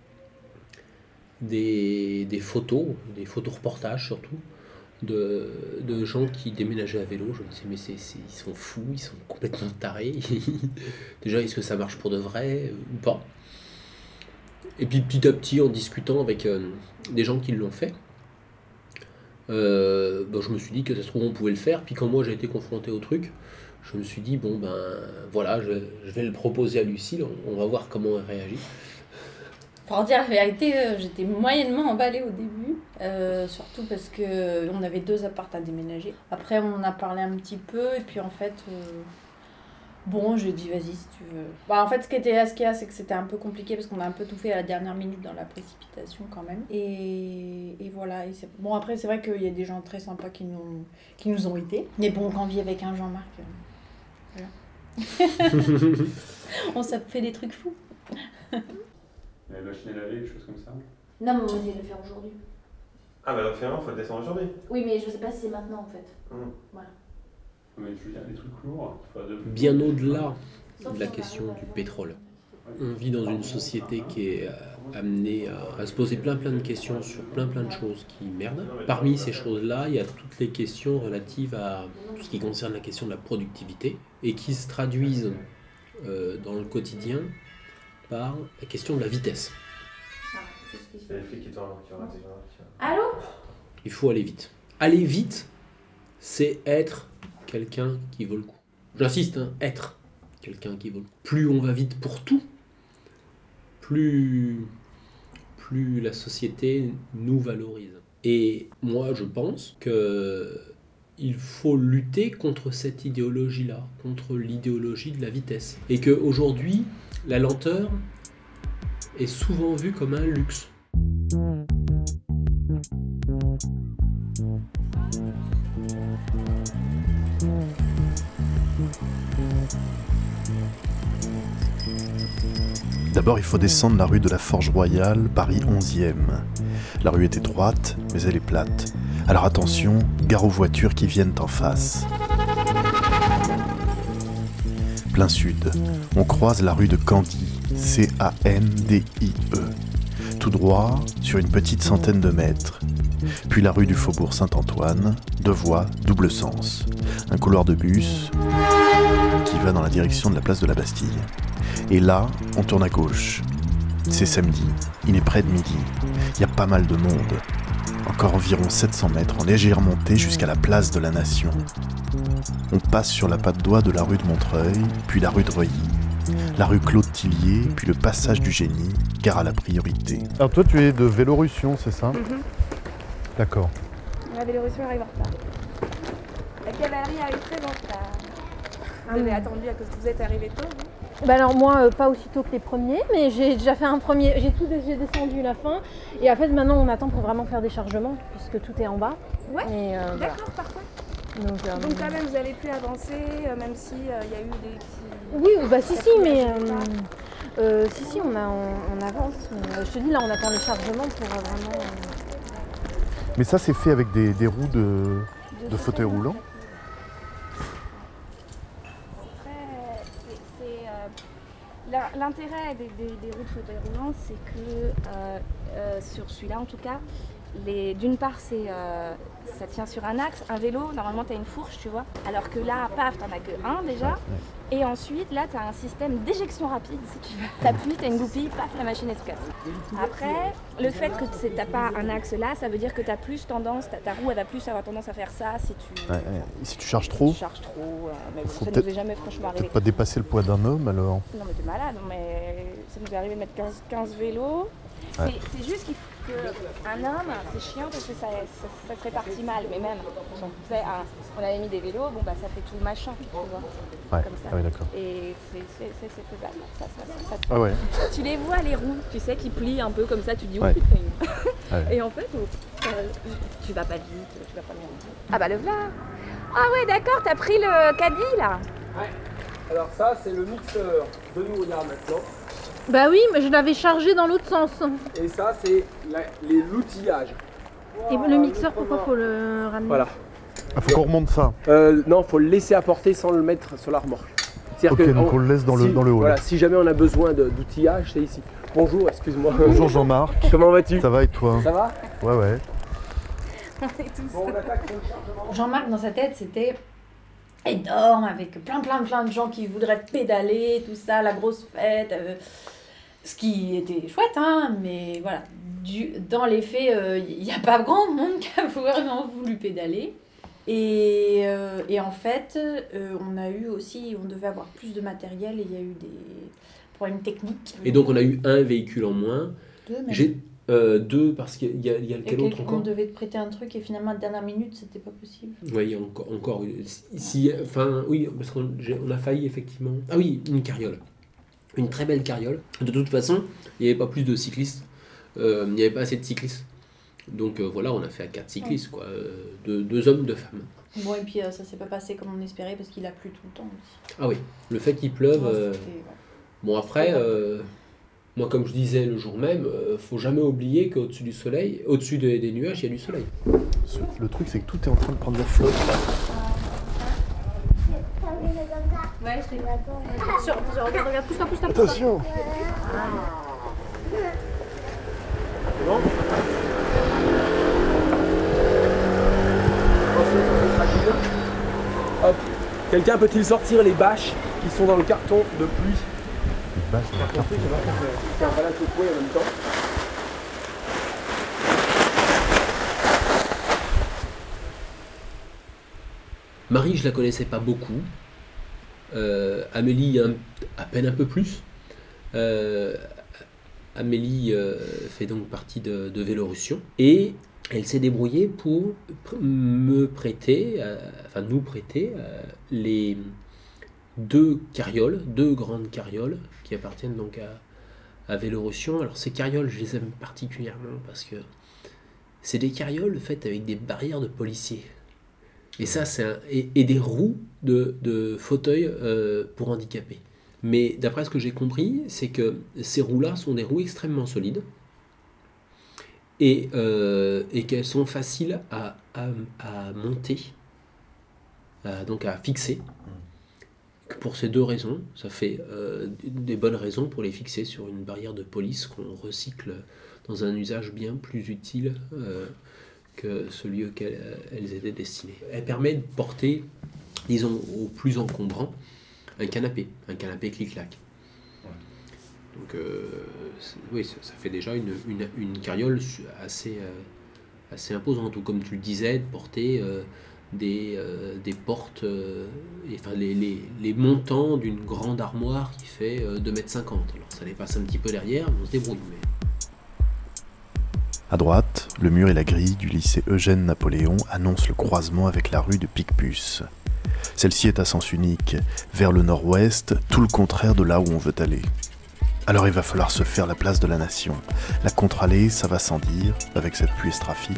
O: des photos reportages surtout, de gens qui déménageaient à vélo, je me disais, mais ils sont fous, ils sont complètement tarés. Déjà, est-ce que ça marche pour de vrai ou pas? Et puis petit à petit, en discutant avec des gens qui l'ont fait, je me suis dit que ça se trouve on pouvait le faire. Puis quand moi j'ai été confronté au truc, je me suis dit je vais le proposer à Lucille, on va voir comment elle réagit.
R: Pour dire la vérité, j'étais moyennement emballée au début. Surtout parce qu'on avait 2 apparts à déménager. Après, on en a parlé un petit peu, et puis en fait, bon, j'ai dit, vas-y, si tu veux. En fait, ce qu'il y a, c'est que c'était un peu compliqué, parce qu'on a un peu tout fait à la dernière minute dans la précipitation quand même. Et voilà. Bon, après, c'est vrai qu'il y a des gens très sympas qui nous ont aidés. Mais bon, quand on vit avec un Jean-Marc, voilà. On s'est fait des trucs fous.
B: La machine à laver, des choses comme ça?
M: Non, mais on va essayer de le faire aujourd'hui.
B: Ah, bah donc finalement, il faut le descendre aujourd'hui.
M: Oui, mais je sais pas si c'est maintenant en fait. Voilà.
B: Mais je veux dire, les trucs lourds, il faut adopter.
O: Bien au-delà de la question du pétrole. On vit dans une société qui est amenée à se poser plein de questions sur plein de choses qui merdent. Parmi ces choses-là, il y a toutes les questions relatives à tout ce qui concerne la question de la productivité et qui se traduisent dans le quotidien par la question de la vitesse.
B: C'est les flics qui t'ont raté.
M: Allô ?
O: Il faut aller vite. Aller vite, c'est être quelqu'un qui vaut le coup. J'insiste, être quelqu'un qui vaut le coup. Plus on va vite pour tout, plus la société nous valorise. Et moi, je pense que il faut lutter contre cette idéologie-là, contre l'idéologie de la vitesse. Et qu'aujourd'hui, la lenteur est souvent vue comme un luxe.
F: D'abord, il faut descendre la rue de la Forge Royale, Paris 11e. La rue est étroite, mais elle est plate. Alors attention, gare aux voitures qui viennent en face. Plein sud, on croise la rue de Candie, C-A-N-D-I-E. Tout droit, sur une petite centaine de mètres. Puis la rue du Faubourg Saint-Antoine, 2 voies, double sens. Un couloir de bus qui va dans la direction de la place de la Bastille. Et là, on tourne à gauche. C'est samedi, il est près de midi. Il y a pas mal de monde. Encore environ 700 mètres en légère montée jusqu'à la place de la Nation. On passe sur la patte d'oie de la rue de Montreuil, puis la rue de Reuilly, la rue Claude Tillier, puis le passage du Génie, gare à la priorité. Alors toi, tu es de Vélorussion, c'est ça? D'accord.
S: La Vélorussion arrive en retard. La cavalerie arrive très en retard. Vous avez attendu à cause que vous êtes arrivé tôt, vous?
T: Bah alors moi, pas aussitôt que les premiers, mais j'ai déjà fait un premier, j'ai descendu la fin, et en fait maintenant on attend pour vraiment faire des chargements, puisque tout est en bas.
S: Ouais,
T: et,
S: d'accord, parfait. Donc quand même vous avez pu avancer, même s'il y a eu des petits...
T: Oui, bah si, mais... si, on avance. Je te dis, là on attend le chargement pour vraiment...
F: Mais ça c'est fait avec des roues de fauteuil roulant?
S: L'intérêt des roues de fauteuil roulant, c'est que sur celui-là en tout cas, d'une part ça tient sur un axe. Un vélo, normalement tu as une fourche, tu vois, alors que là, paf, t'en as que un déjà. Et ensuite, là, tu as un système d'éjection rapide. Si tu t'appuies, tu as une goupille, paf, la machine elle se casse. Après, le fait que tu n'as pas un axe là, ça veut dire que tu as plus tendance, ta roue elle va plus avoir tendance à faire ça si tu...
F: Si tu charges trop?
S: Si tu charges trop, mais bon, ça nous est jamais franchement arrivé.
F: Peut-être pas dépasser le poids d'un homme alors?
S: Non mais t'es malade, mais ça nous est arrivé de mettre 15 vélos.
F: Ouais.
S: C'est juste qu'il faut qu'un homme, c'est chiant parce que ça se répartit mal, mais même, on avait mis des vélos, bon bah ça fait tout le machin, tu vois,
F: ouais.
S: comme ça.
F: Ah oui, d'accord.
S: Et c'est faisable.
F: Ah ouais.
S: Tu les vois les roues, tu sais, qui plient un peu comme ça, tu dis oh
F: ouais.
S: putain.
F: Ouais.
S: Et en fait, tu vas pas vite, tu vas pas bien. Ah bah le voilà. Ah ouais d'accord, t'as pris le caddie là.
U: Ouais. Alors ça c'est le mixeur de nous là maintenant.
T: Bah oui, mais je l'avais chargé dans l'autre sens.
U: Et ça, c'est l'outillage.
T: Et le mixeur, pourquoi faut le ramener?
U: Voilà.
F: Ah, faut qu'on remonte ça?
U: Non, faut le laisser apporter sans le mettre sur la remorque.
F: Ok, donc on le laisse dans le hall.
U: Voilà, si jamais on a besoin d'outillage, c'est ici. Bonjour, excuse-moi.
F: Bonjour Jean-Marc.
U: Comment vas-tu?
F: Ça va et toi?
U: Ça va?
F: Ouais.
S: On est tous...
U: Bon, on attaque pour le chargement.
R: Jean-Marc, dans sa tête, c'était énorme, avec plein de gens qui voudraient pédaler, tout ça, la grosse fête... Ce qui était chouette, hein, mais voilà, dans les faits, il n'y a pas grand monde qui a vraiment voulu pédaler. Et en fait, on devait avoir plus de matériel et il y a eu des problèmes techniques.
O: Et donc on a eu un véhicule en moins.
R: Deux même.
O: 2 parce qu'il y a lequel autre encore.
R: On devait te prêter un truc et finalement à la dernière minute c'était pas possible.
O: Oui, il y a encore oui, parce qu'on a failli effectivement. Ah oui, une carriole. Une très belle carriole. De toute façon, il n'y avait pas plus de cyclistes. Il n'y avait pas assez de cyclistes. Donc voilà, on a fait à 4 cyclistes, quoi. 2 hommes, 2 femmes.
R: Bon, et puis ça s'est pas passé comme on espérait parce qu'il a plu tout le temps aussi.
O: Ah oui, le fait qu'il pleuve. Bon, après, moi, comme je disais le jour même, faut jamais oublier qu'au-dessus du soleil, au-dessus des nuages, il y a du soleil.
F: Le truc, c'est que tout est en train de prendre la flotte là.
T: Ouais, je t'ai dit. Regarde, pousse-toi.
F: Attention.
U: C'est bon? Hop. Quelqu'un peut-il sortir les bâches qui sont dans le carton de pluie?
F: Les bâches dans le carton.
U: C'est un balade secoué en même temps.
O: Marie, je la connaissais pas beaucoup. Amélie, à peine un peu plus. Amélie fait donc partie de Vélorussion et elle s'est débrouillée pour nous prêter les 2 carrioles, 2 grandes carrioles qui appartiennent donc à Vélorussion. Alors ces carrioles, je les aime particulièrement parce que c'est des carrioles faites avec des barrières de policiers. Et ça, et des roues de fauteuils pour handicapés. Mais d'après ce que j'ai compris, c'est que ces roues-là sont des roues extrêmement solides et qu'elles sont faciles à monter, donc à fixer. Pour ces 2 raisons, ça fait des bonnes raisons pour les fixer sur une barrière de police qu'on recycle dans un usage bien plus utile que celui auquel elles étaient destinées. Elle permet de porter, disons, au plus encombrant, un canapé clic-clac. Donc, oui, ça fait déjà une carriole assez imposante, ou comme tu le disais, de porter des portes, les montants d'une grande armoire qui fait 2,50 m. Alors ça dépasse un petit peu derrière, mais on se débrouille.
F: À droite, le mur et la grille du lycée Eugène Napoléon annoncent le croisement avec la rue de Picpus. Celle-ci est à sens unique, vers le nord-ouest, tout le contraire de là où on veut aller. Alors il va falloir se faire la place de la nation. La contre-allée, ça va sans dire, avec cette pluie straphique.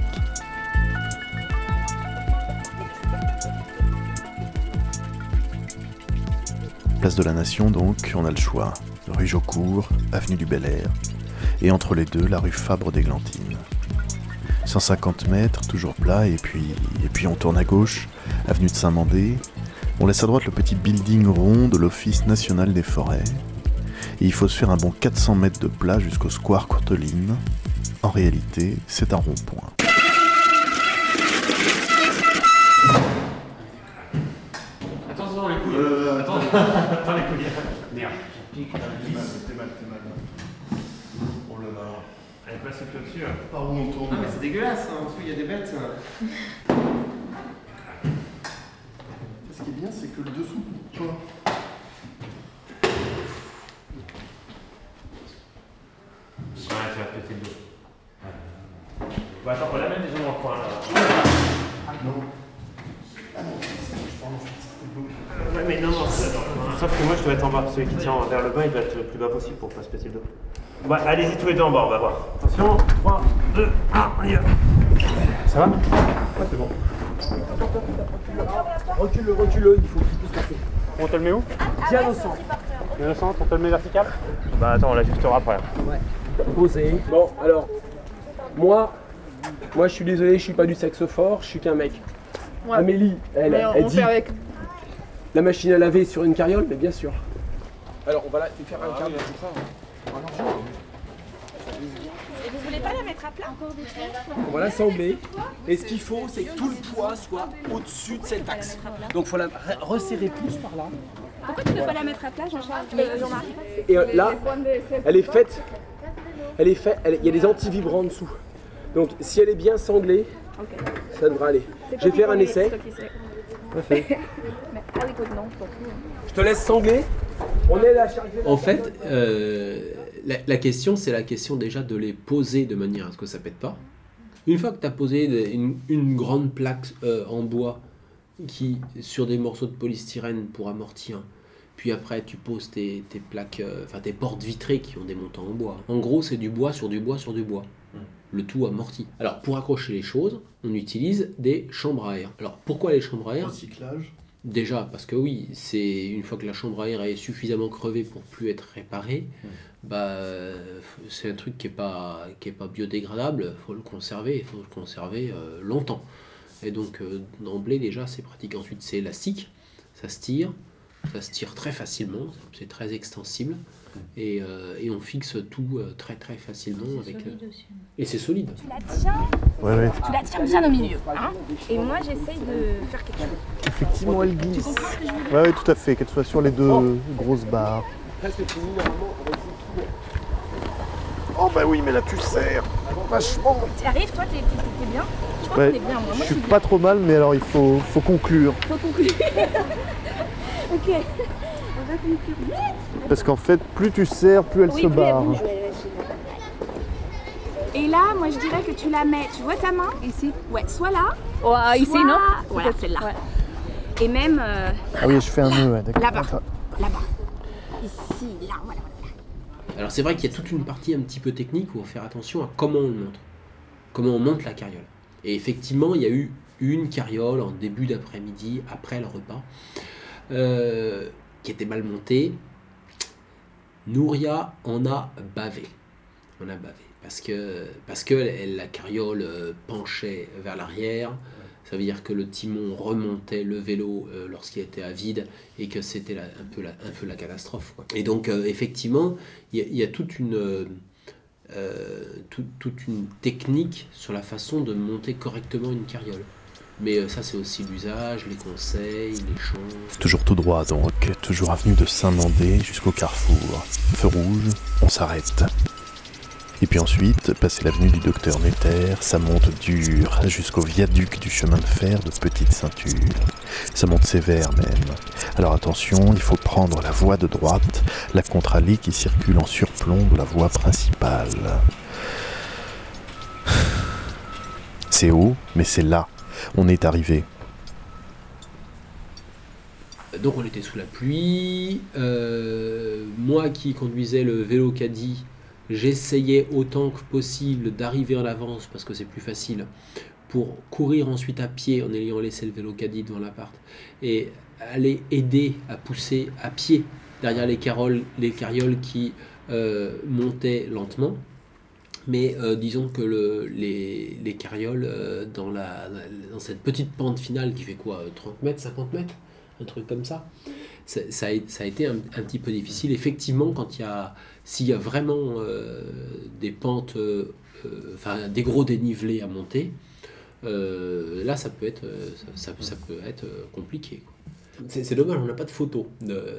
F: Place de la Nation donc, on a le choix. Rue Jaucourt, avenue du Bel-Air, et entre les deux, la rue Fabre-d'Églantine. 150 mètres, toujours plat, et puis on tourne à gauche, avenue de Saint-Mandé. On laisse à droite le petit building rond de l'Office national des forêts. Et il faut se faire un bon 400 mètres de plat jusqu'au square Courteline. En réalité, c'est un rond-point.
A: Attention les couilles. Attends les couilles. Merde.
F: T'es mal. Oh là là.
A: Allez, passe le dessus.
F: Par où on tourne?
A: Ah mais c'est dégueulasse, en dessous il y a des bêtes.
F: Ce qui est bien, c'est que le dessous bouge pas.
A: Ouais, tu vas péter le dos. Bon, attends, on la met déjà dans le coin là.
F: Ah non.
A: Ouais, mais non, sauf que moi je dois être en bas. Celui qui tient vers le bas, il doit être le plus bas possible pour pas se péter le dos. Bah, allez-y tous les deux en bas, on va voir. Attention, 3, 2, 1, on y va. Ça va? Ouais, c'est bon.
U: Recule-le, il faut qu'il puisse passer.
A: On te le met où?
U: Bien au centre.
A: Bien au centre, on te le met vertical? Bah attends, on l'ajustera après.
U: Ouais. Posé. Bon, alors, moi je suis désolé, je suis pas du sexe fort, je suis qu'un mec. Ouais. Amélie, elle dit avec la machine à laver sur une carriole, mais bien sûr. Alors, on va la faire un quart de
S: Et vous voulez pas la mettre à plat?
U: On va l'assembler. Et ce qu'il faut, c'est que tout le poids soit au-dessus de cet axe. Donc il faut la resserrer plus par là.
S: Pourquoi tu ne peux pas la mettre à plat, Jean-Charles? Jean-Marc.
U: Et là, elle est faite. Il y a des anti-vibrants en dessous. Donc si elle est bien sanglée, ça devrait aller. Je vais faire un essai.
S: Ah oui, non,
U: Je te laisse sangler. On est là, chargé.
O: En fait, la question, c'est la question déjà de les poser de manière à ce que ça pète pas. Une fois que tu as posé une grande plaque en bois qui sur des morceaux de polystyrène pour amortir, puis après tu poses tes plaques, tes portes vitrées qui ont des montants en bois. En gros, c'est du bois sur du bois sur du bois. Le tout amorti. Alors, pour accrocher les choses, on utilise des chambres à air. Alors, pourquoi les chambres à air ?
F: Recyclage.
O: Déjà, parce que oui, c'est une fois que la chambre à air est suffisamment crevée pour plus être réparée, c'est un truc qui est pas biodégradable. Il faut le conserver longtemps. Et donc, d'emblée, déjà, c'est pratique. Ensuite, c'est élastique, ça se tire très facilement, c'est très extensible. Et on fixe tout très très facilement avec. Et c'est solide.
S: Tu la tiens.
F: Ouais.
S: Tu la tiens bien au milieu, hein. Et moi j'essaye de faire quelque chose.
F: Effectivement, elle glisse.
S: Tu comprends ce que je veux dire ?
F: Ouais, tout à fait, qu'elle soit sur les deux grosses barres.
U: Presque fini normalement.
F: Oh bah oui, mais là tu serres vachement.
S: Tu arrives, toi, t'es bien ? Je crois qu'on est bien, moi.
F: Je suis pas trop mal, mais alors il faut conclure.
S: Faut conclure. Ok. On va conclure vite.
F: Parce qu'en fait, plus tu serres, plus elle se barre.
S: Elle bouge, et là, moi je dirais que tu la mets, tu vois ta main ? Ici. Ouais, soit là.
T: Ouais, ici, non ?
S: Voilà, celle-là. Ouais. Et même.
F: Ah oui, je fais un nœud, ouais, d'accord.
S: Là-bas. Ici, là, voilà.
O: Alors c'est vrai qu'il y a toute une partie un petit peu technique où on va faire attention à comment on le monte. Comment on monte la carriole. Et effectivement, il y a eu une carriole en début d'après-midi, après le repas, qui était mal montée. Nouria en a bavé. Parce que la carriole penchait vers l'arrière. Ça veut dire que le timon remontait le vélo lorsqu'il était à vide et que c'était un peu la catastrophe, quoi. Et donc, effectivement, il y a toute une technique sur la façon de monter correctement une carriole. Mais ça, c'est aussi l'usage, les conseils, les champs.
F: Toujours tout droit, donc. Toujours avenue de Saint-Mandé jusqu'au carrefour. Feu rouge, on s'arrête. Et puis ensuite, passer l'avenue du Docteur Netter, ça monte dur jusqu'au viaduc du chemin de fer de Petite Ceinture. Ça monte sévère même. Alors attention, il faut prendre la voie de droite, la contre-allée qui circule en surplomb de la voie principale. C'est haut, mais c'est là. On est arrivé.
O: Donc on était sous la pluie. Moi qui conduisais le vélo caddie, j'essayais autant que possible d'arriver en avance parce que c'est plus facile pour courir ensuite à pied en ayant laissé le vélo caddie devant l'appart et aller aider à pousser à pied derrière les carrioles qui montaient lentement. Mais disons que les carrioles dans cette petite pente finale qui fait quoi, 30 mètres, 50 mètres, un truc comme ça, ça a été un petit peu difficile. Effectivement, s'il y a vraiment des pentes, des gros dénivelés à monter, là ça peut être compliqué, quoi. C'est dommage, on n'a pas de photos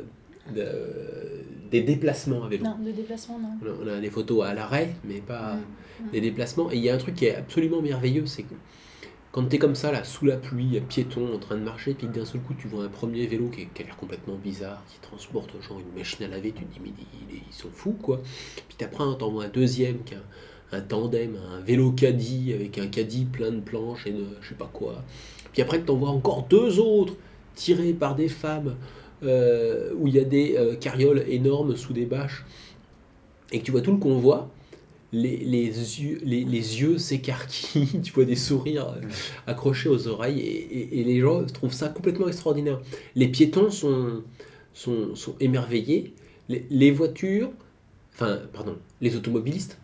O: des déplacements à vélo.
R: Non, de déplacement, non.
O: On a des photos à l'arrêt, mais pas des déplacements. Et il y a un truc qui est absolument merveilleux, c'est que quand tu es comme ça, là, sous la pluie, piéton, en train de marcher, puis d'un seul coup, tu vois un premier vélo qui a l'air complètement bizarre, qui transporte genre une machine à laver, tu te dis, mais ils sont fous, quoi. Puis après, t'en vois un deuxième qui a un tandem, un vélo caddie, avec un caddie plein de planches et de je sais pas quoi. Puis après, t'en vois encore deux autres, tirés par des femmes, où il y a des carrioles énormes sous des bâches, et que tu vois tout le convoi, les yeux s'écarquillent, tu vois des sourires accrochés aux oreilles, et les gens trouvent ça complètement extraordinaire. Les piétons sont émerveillés, les voitures, les automobilistes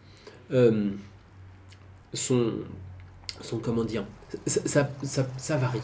O: sont comment dire, ça varie.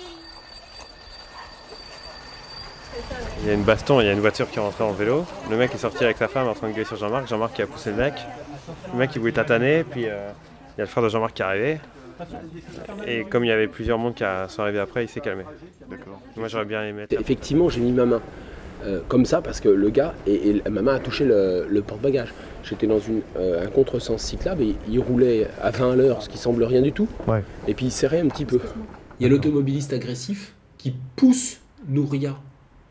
A: Il y a une baston, il y a une voiture qui est rentrée en vélo. Le mec est sorti avec sa femme en train de gueuler sur Jean-Marc. Jean-Marc qui a poussé le mec. Le mec il voulait tataner, puis il y a le frère de Jean-Marc qui est arrivé. Et comme il y avait plusieurs mondes qui sont arrivés après, il s'est calmé. D'accord. Moi j'aurais bien aimé.
U: Effectivement, j'ai mis ma main comme ça parce que le gars, et ma main a touché le porte-bagages. J'étais dans un contresens cyclable et il roulait à 20 à l'heure, ce qui semble rien du tout. Ouais. Et puis il serrait un petit peu.
O: Il y a l'automobiliste agressif qui pousse Nouria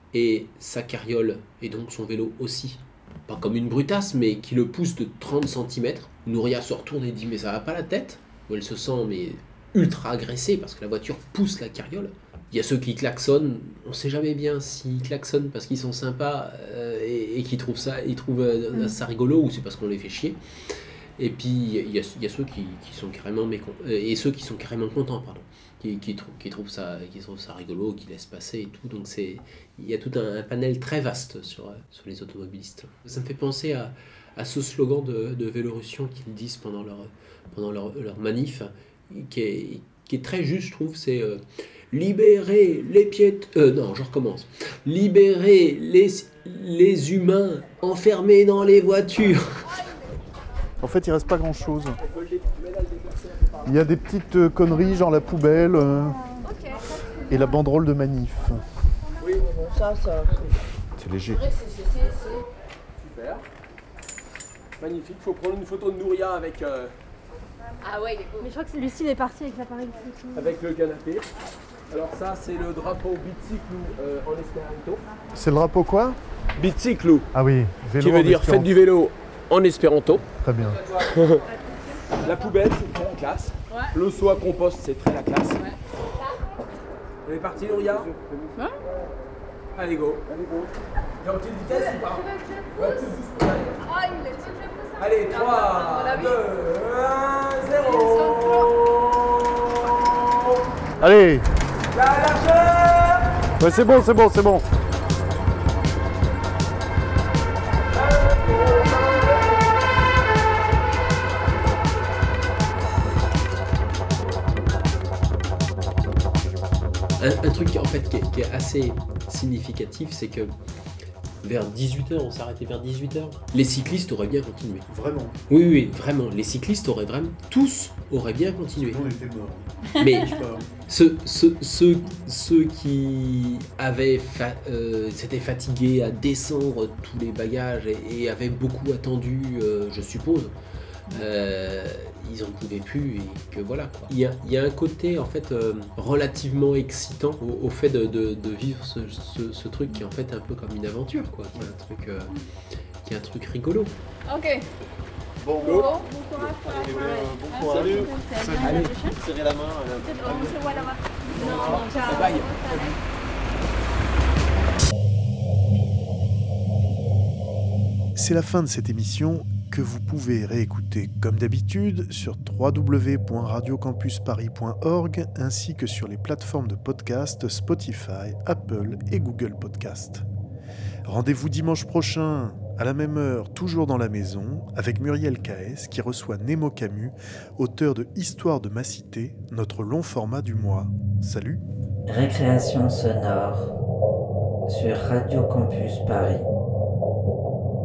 O: et sa carriole et donc son vélo aussi. Pas comme une brutasse, mais qui le pousse de 30 cm. Nouria se retourne et dit mais ça va pas la tête. Où elle se sent mais ultra agressée parce que la voiture pousse la carriole. Il y a ceux qui klaxonnent, on sait jamais bien s'ils klaxonnent parce qu'ils sont sympas et qu'ils trouvent ça rigolo ou c'est parce qu'on les fait chier. Et puis il y a ceux qui sont carrément et ceux qui sont carrément contents, pardon, qui trouvent ça rigolo, qui laissent passer et tout. Donc il y a tout un panel très vaste sur les automobilistes. Ça me fait penser à ce slogan de Vélorussion qu'ils disent pendant leur manif, qui est très juste, je trouve, c'est libérer les piétons. Non, je recommence. Libérer les humains enfermés dans les voitures.
F: En fait, il reste pas grand-chose. Il y a des petites conneries, genre la poubelle et la banderole de manif.
U: Oui,
L: ça.
F: C'est léger.
U: Super. Magnifique. Il faut prendre une photo de Nouria avec...
T: Ah ouais, il est beau. Mais je crois que Lucille est partie avec l'appareil photo.
U: Avec le canapé. Alors ça, c'est le drapeau Biciclou en espéranto.
F: C'est le drapeau quoi?
U: Biciclou.
F: Ah oui, vélo.
U: Qui veut dire faites du vélo en espéranto.
F: Très bien.
U: La poubelle, c'est très la classe. Ouais. Le seau à compost, c'est très la classe. Ouais. On est parti, Nouria? Ouais. Allez, go. T'es en petite vitesse ou pas? Ouais, tout doucement. Allez, 3, 2, 1, 0.
F: Allez.
U: La largeur.
F: Ouais, c'est bon.
O: Un truc en fait qui est assez significatif, c'est que vers 18h, on s'arrêtait vers 18h, les cyclistes auraient bien continué.
F: Vraiment?
O: Oui, vraiment. Les cyclistes tous auraient bien continué.
F: On était morts.
O: Mais ceux qui avaient s'étaient fatigués à descendre tous les bagages et avaient beaucoup attendu, je suppose, ils en pouvaient plus et que voilà quoi. Il y a un côté en fait relativement excitant au fait de vivre ce truc qui est en fait un peu comme une aventure quoi, qui est un truc rigolo.
T: Ok.
A: Bon
T: courage.
A: Bon courage. Salut.
U: Allez,
A: serrez la main.
T: On se voit là-bas. Non, ciao.
U: Bye.
F: C'est la fin de cette émission que vous pouvez réécouter comme d'habitude sur www.radiocampusparis.org ainsi que sur les plateformes de podcast Spotify, Apple et Google Podcast. Rendez-vous dimanche prochain à la même heure, toujours dans la maison, avec Muriel Caès qui reçoit Nemo Camus, auteur de Histoire de ma cité, notre long format du mois. Salut.
E: Récréation sonore sur Radio Campus Paris.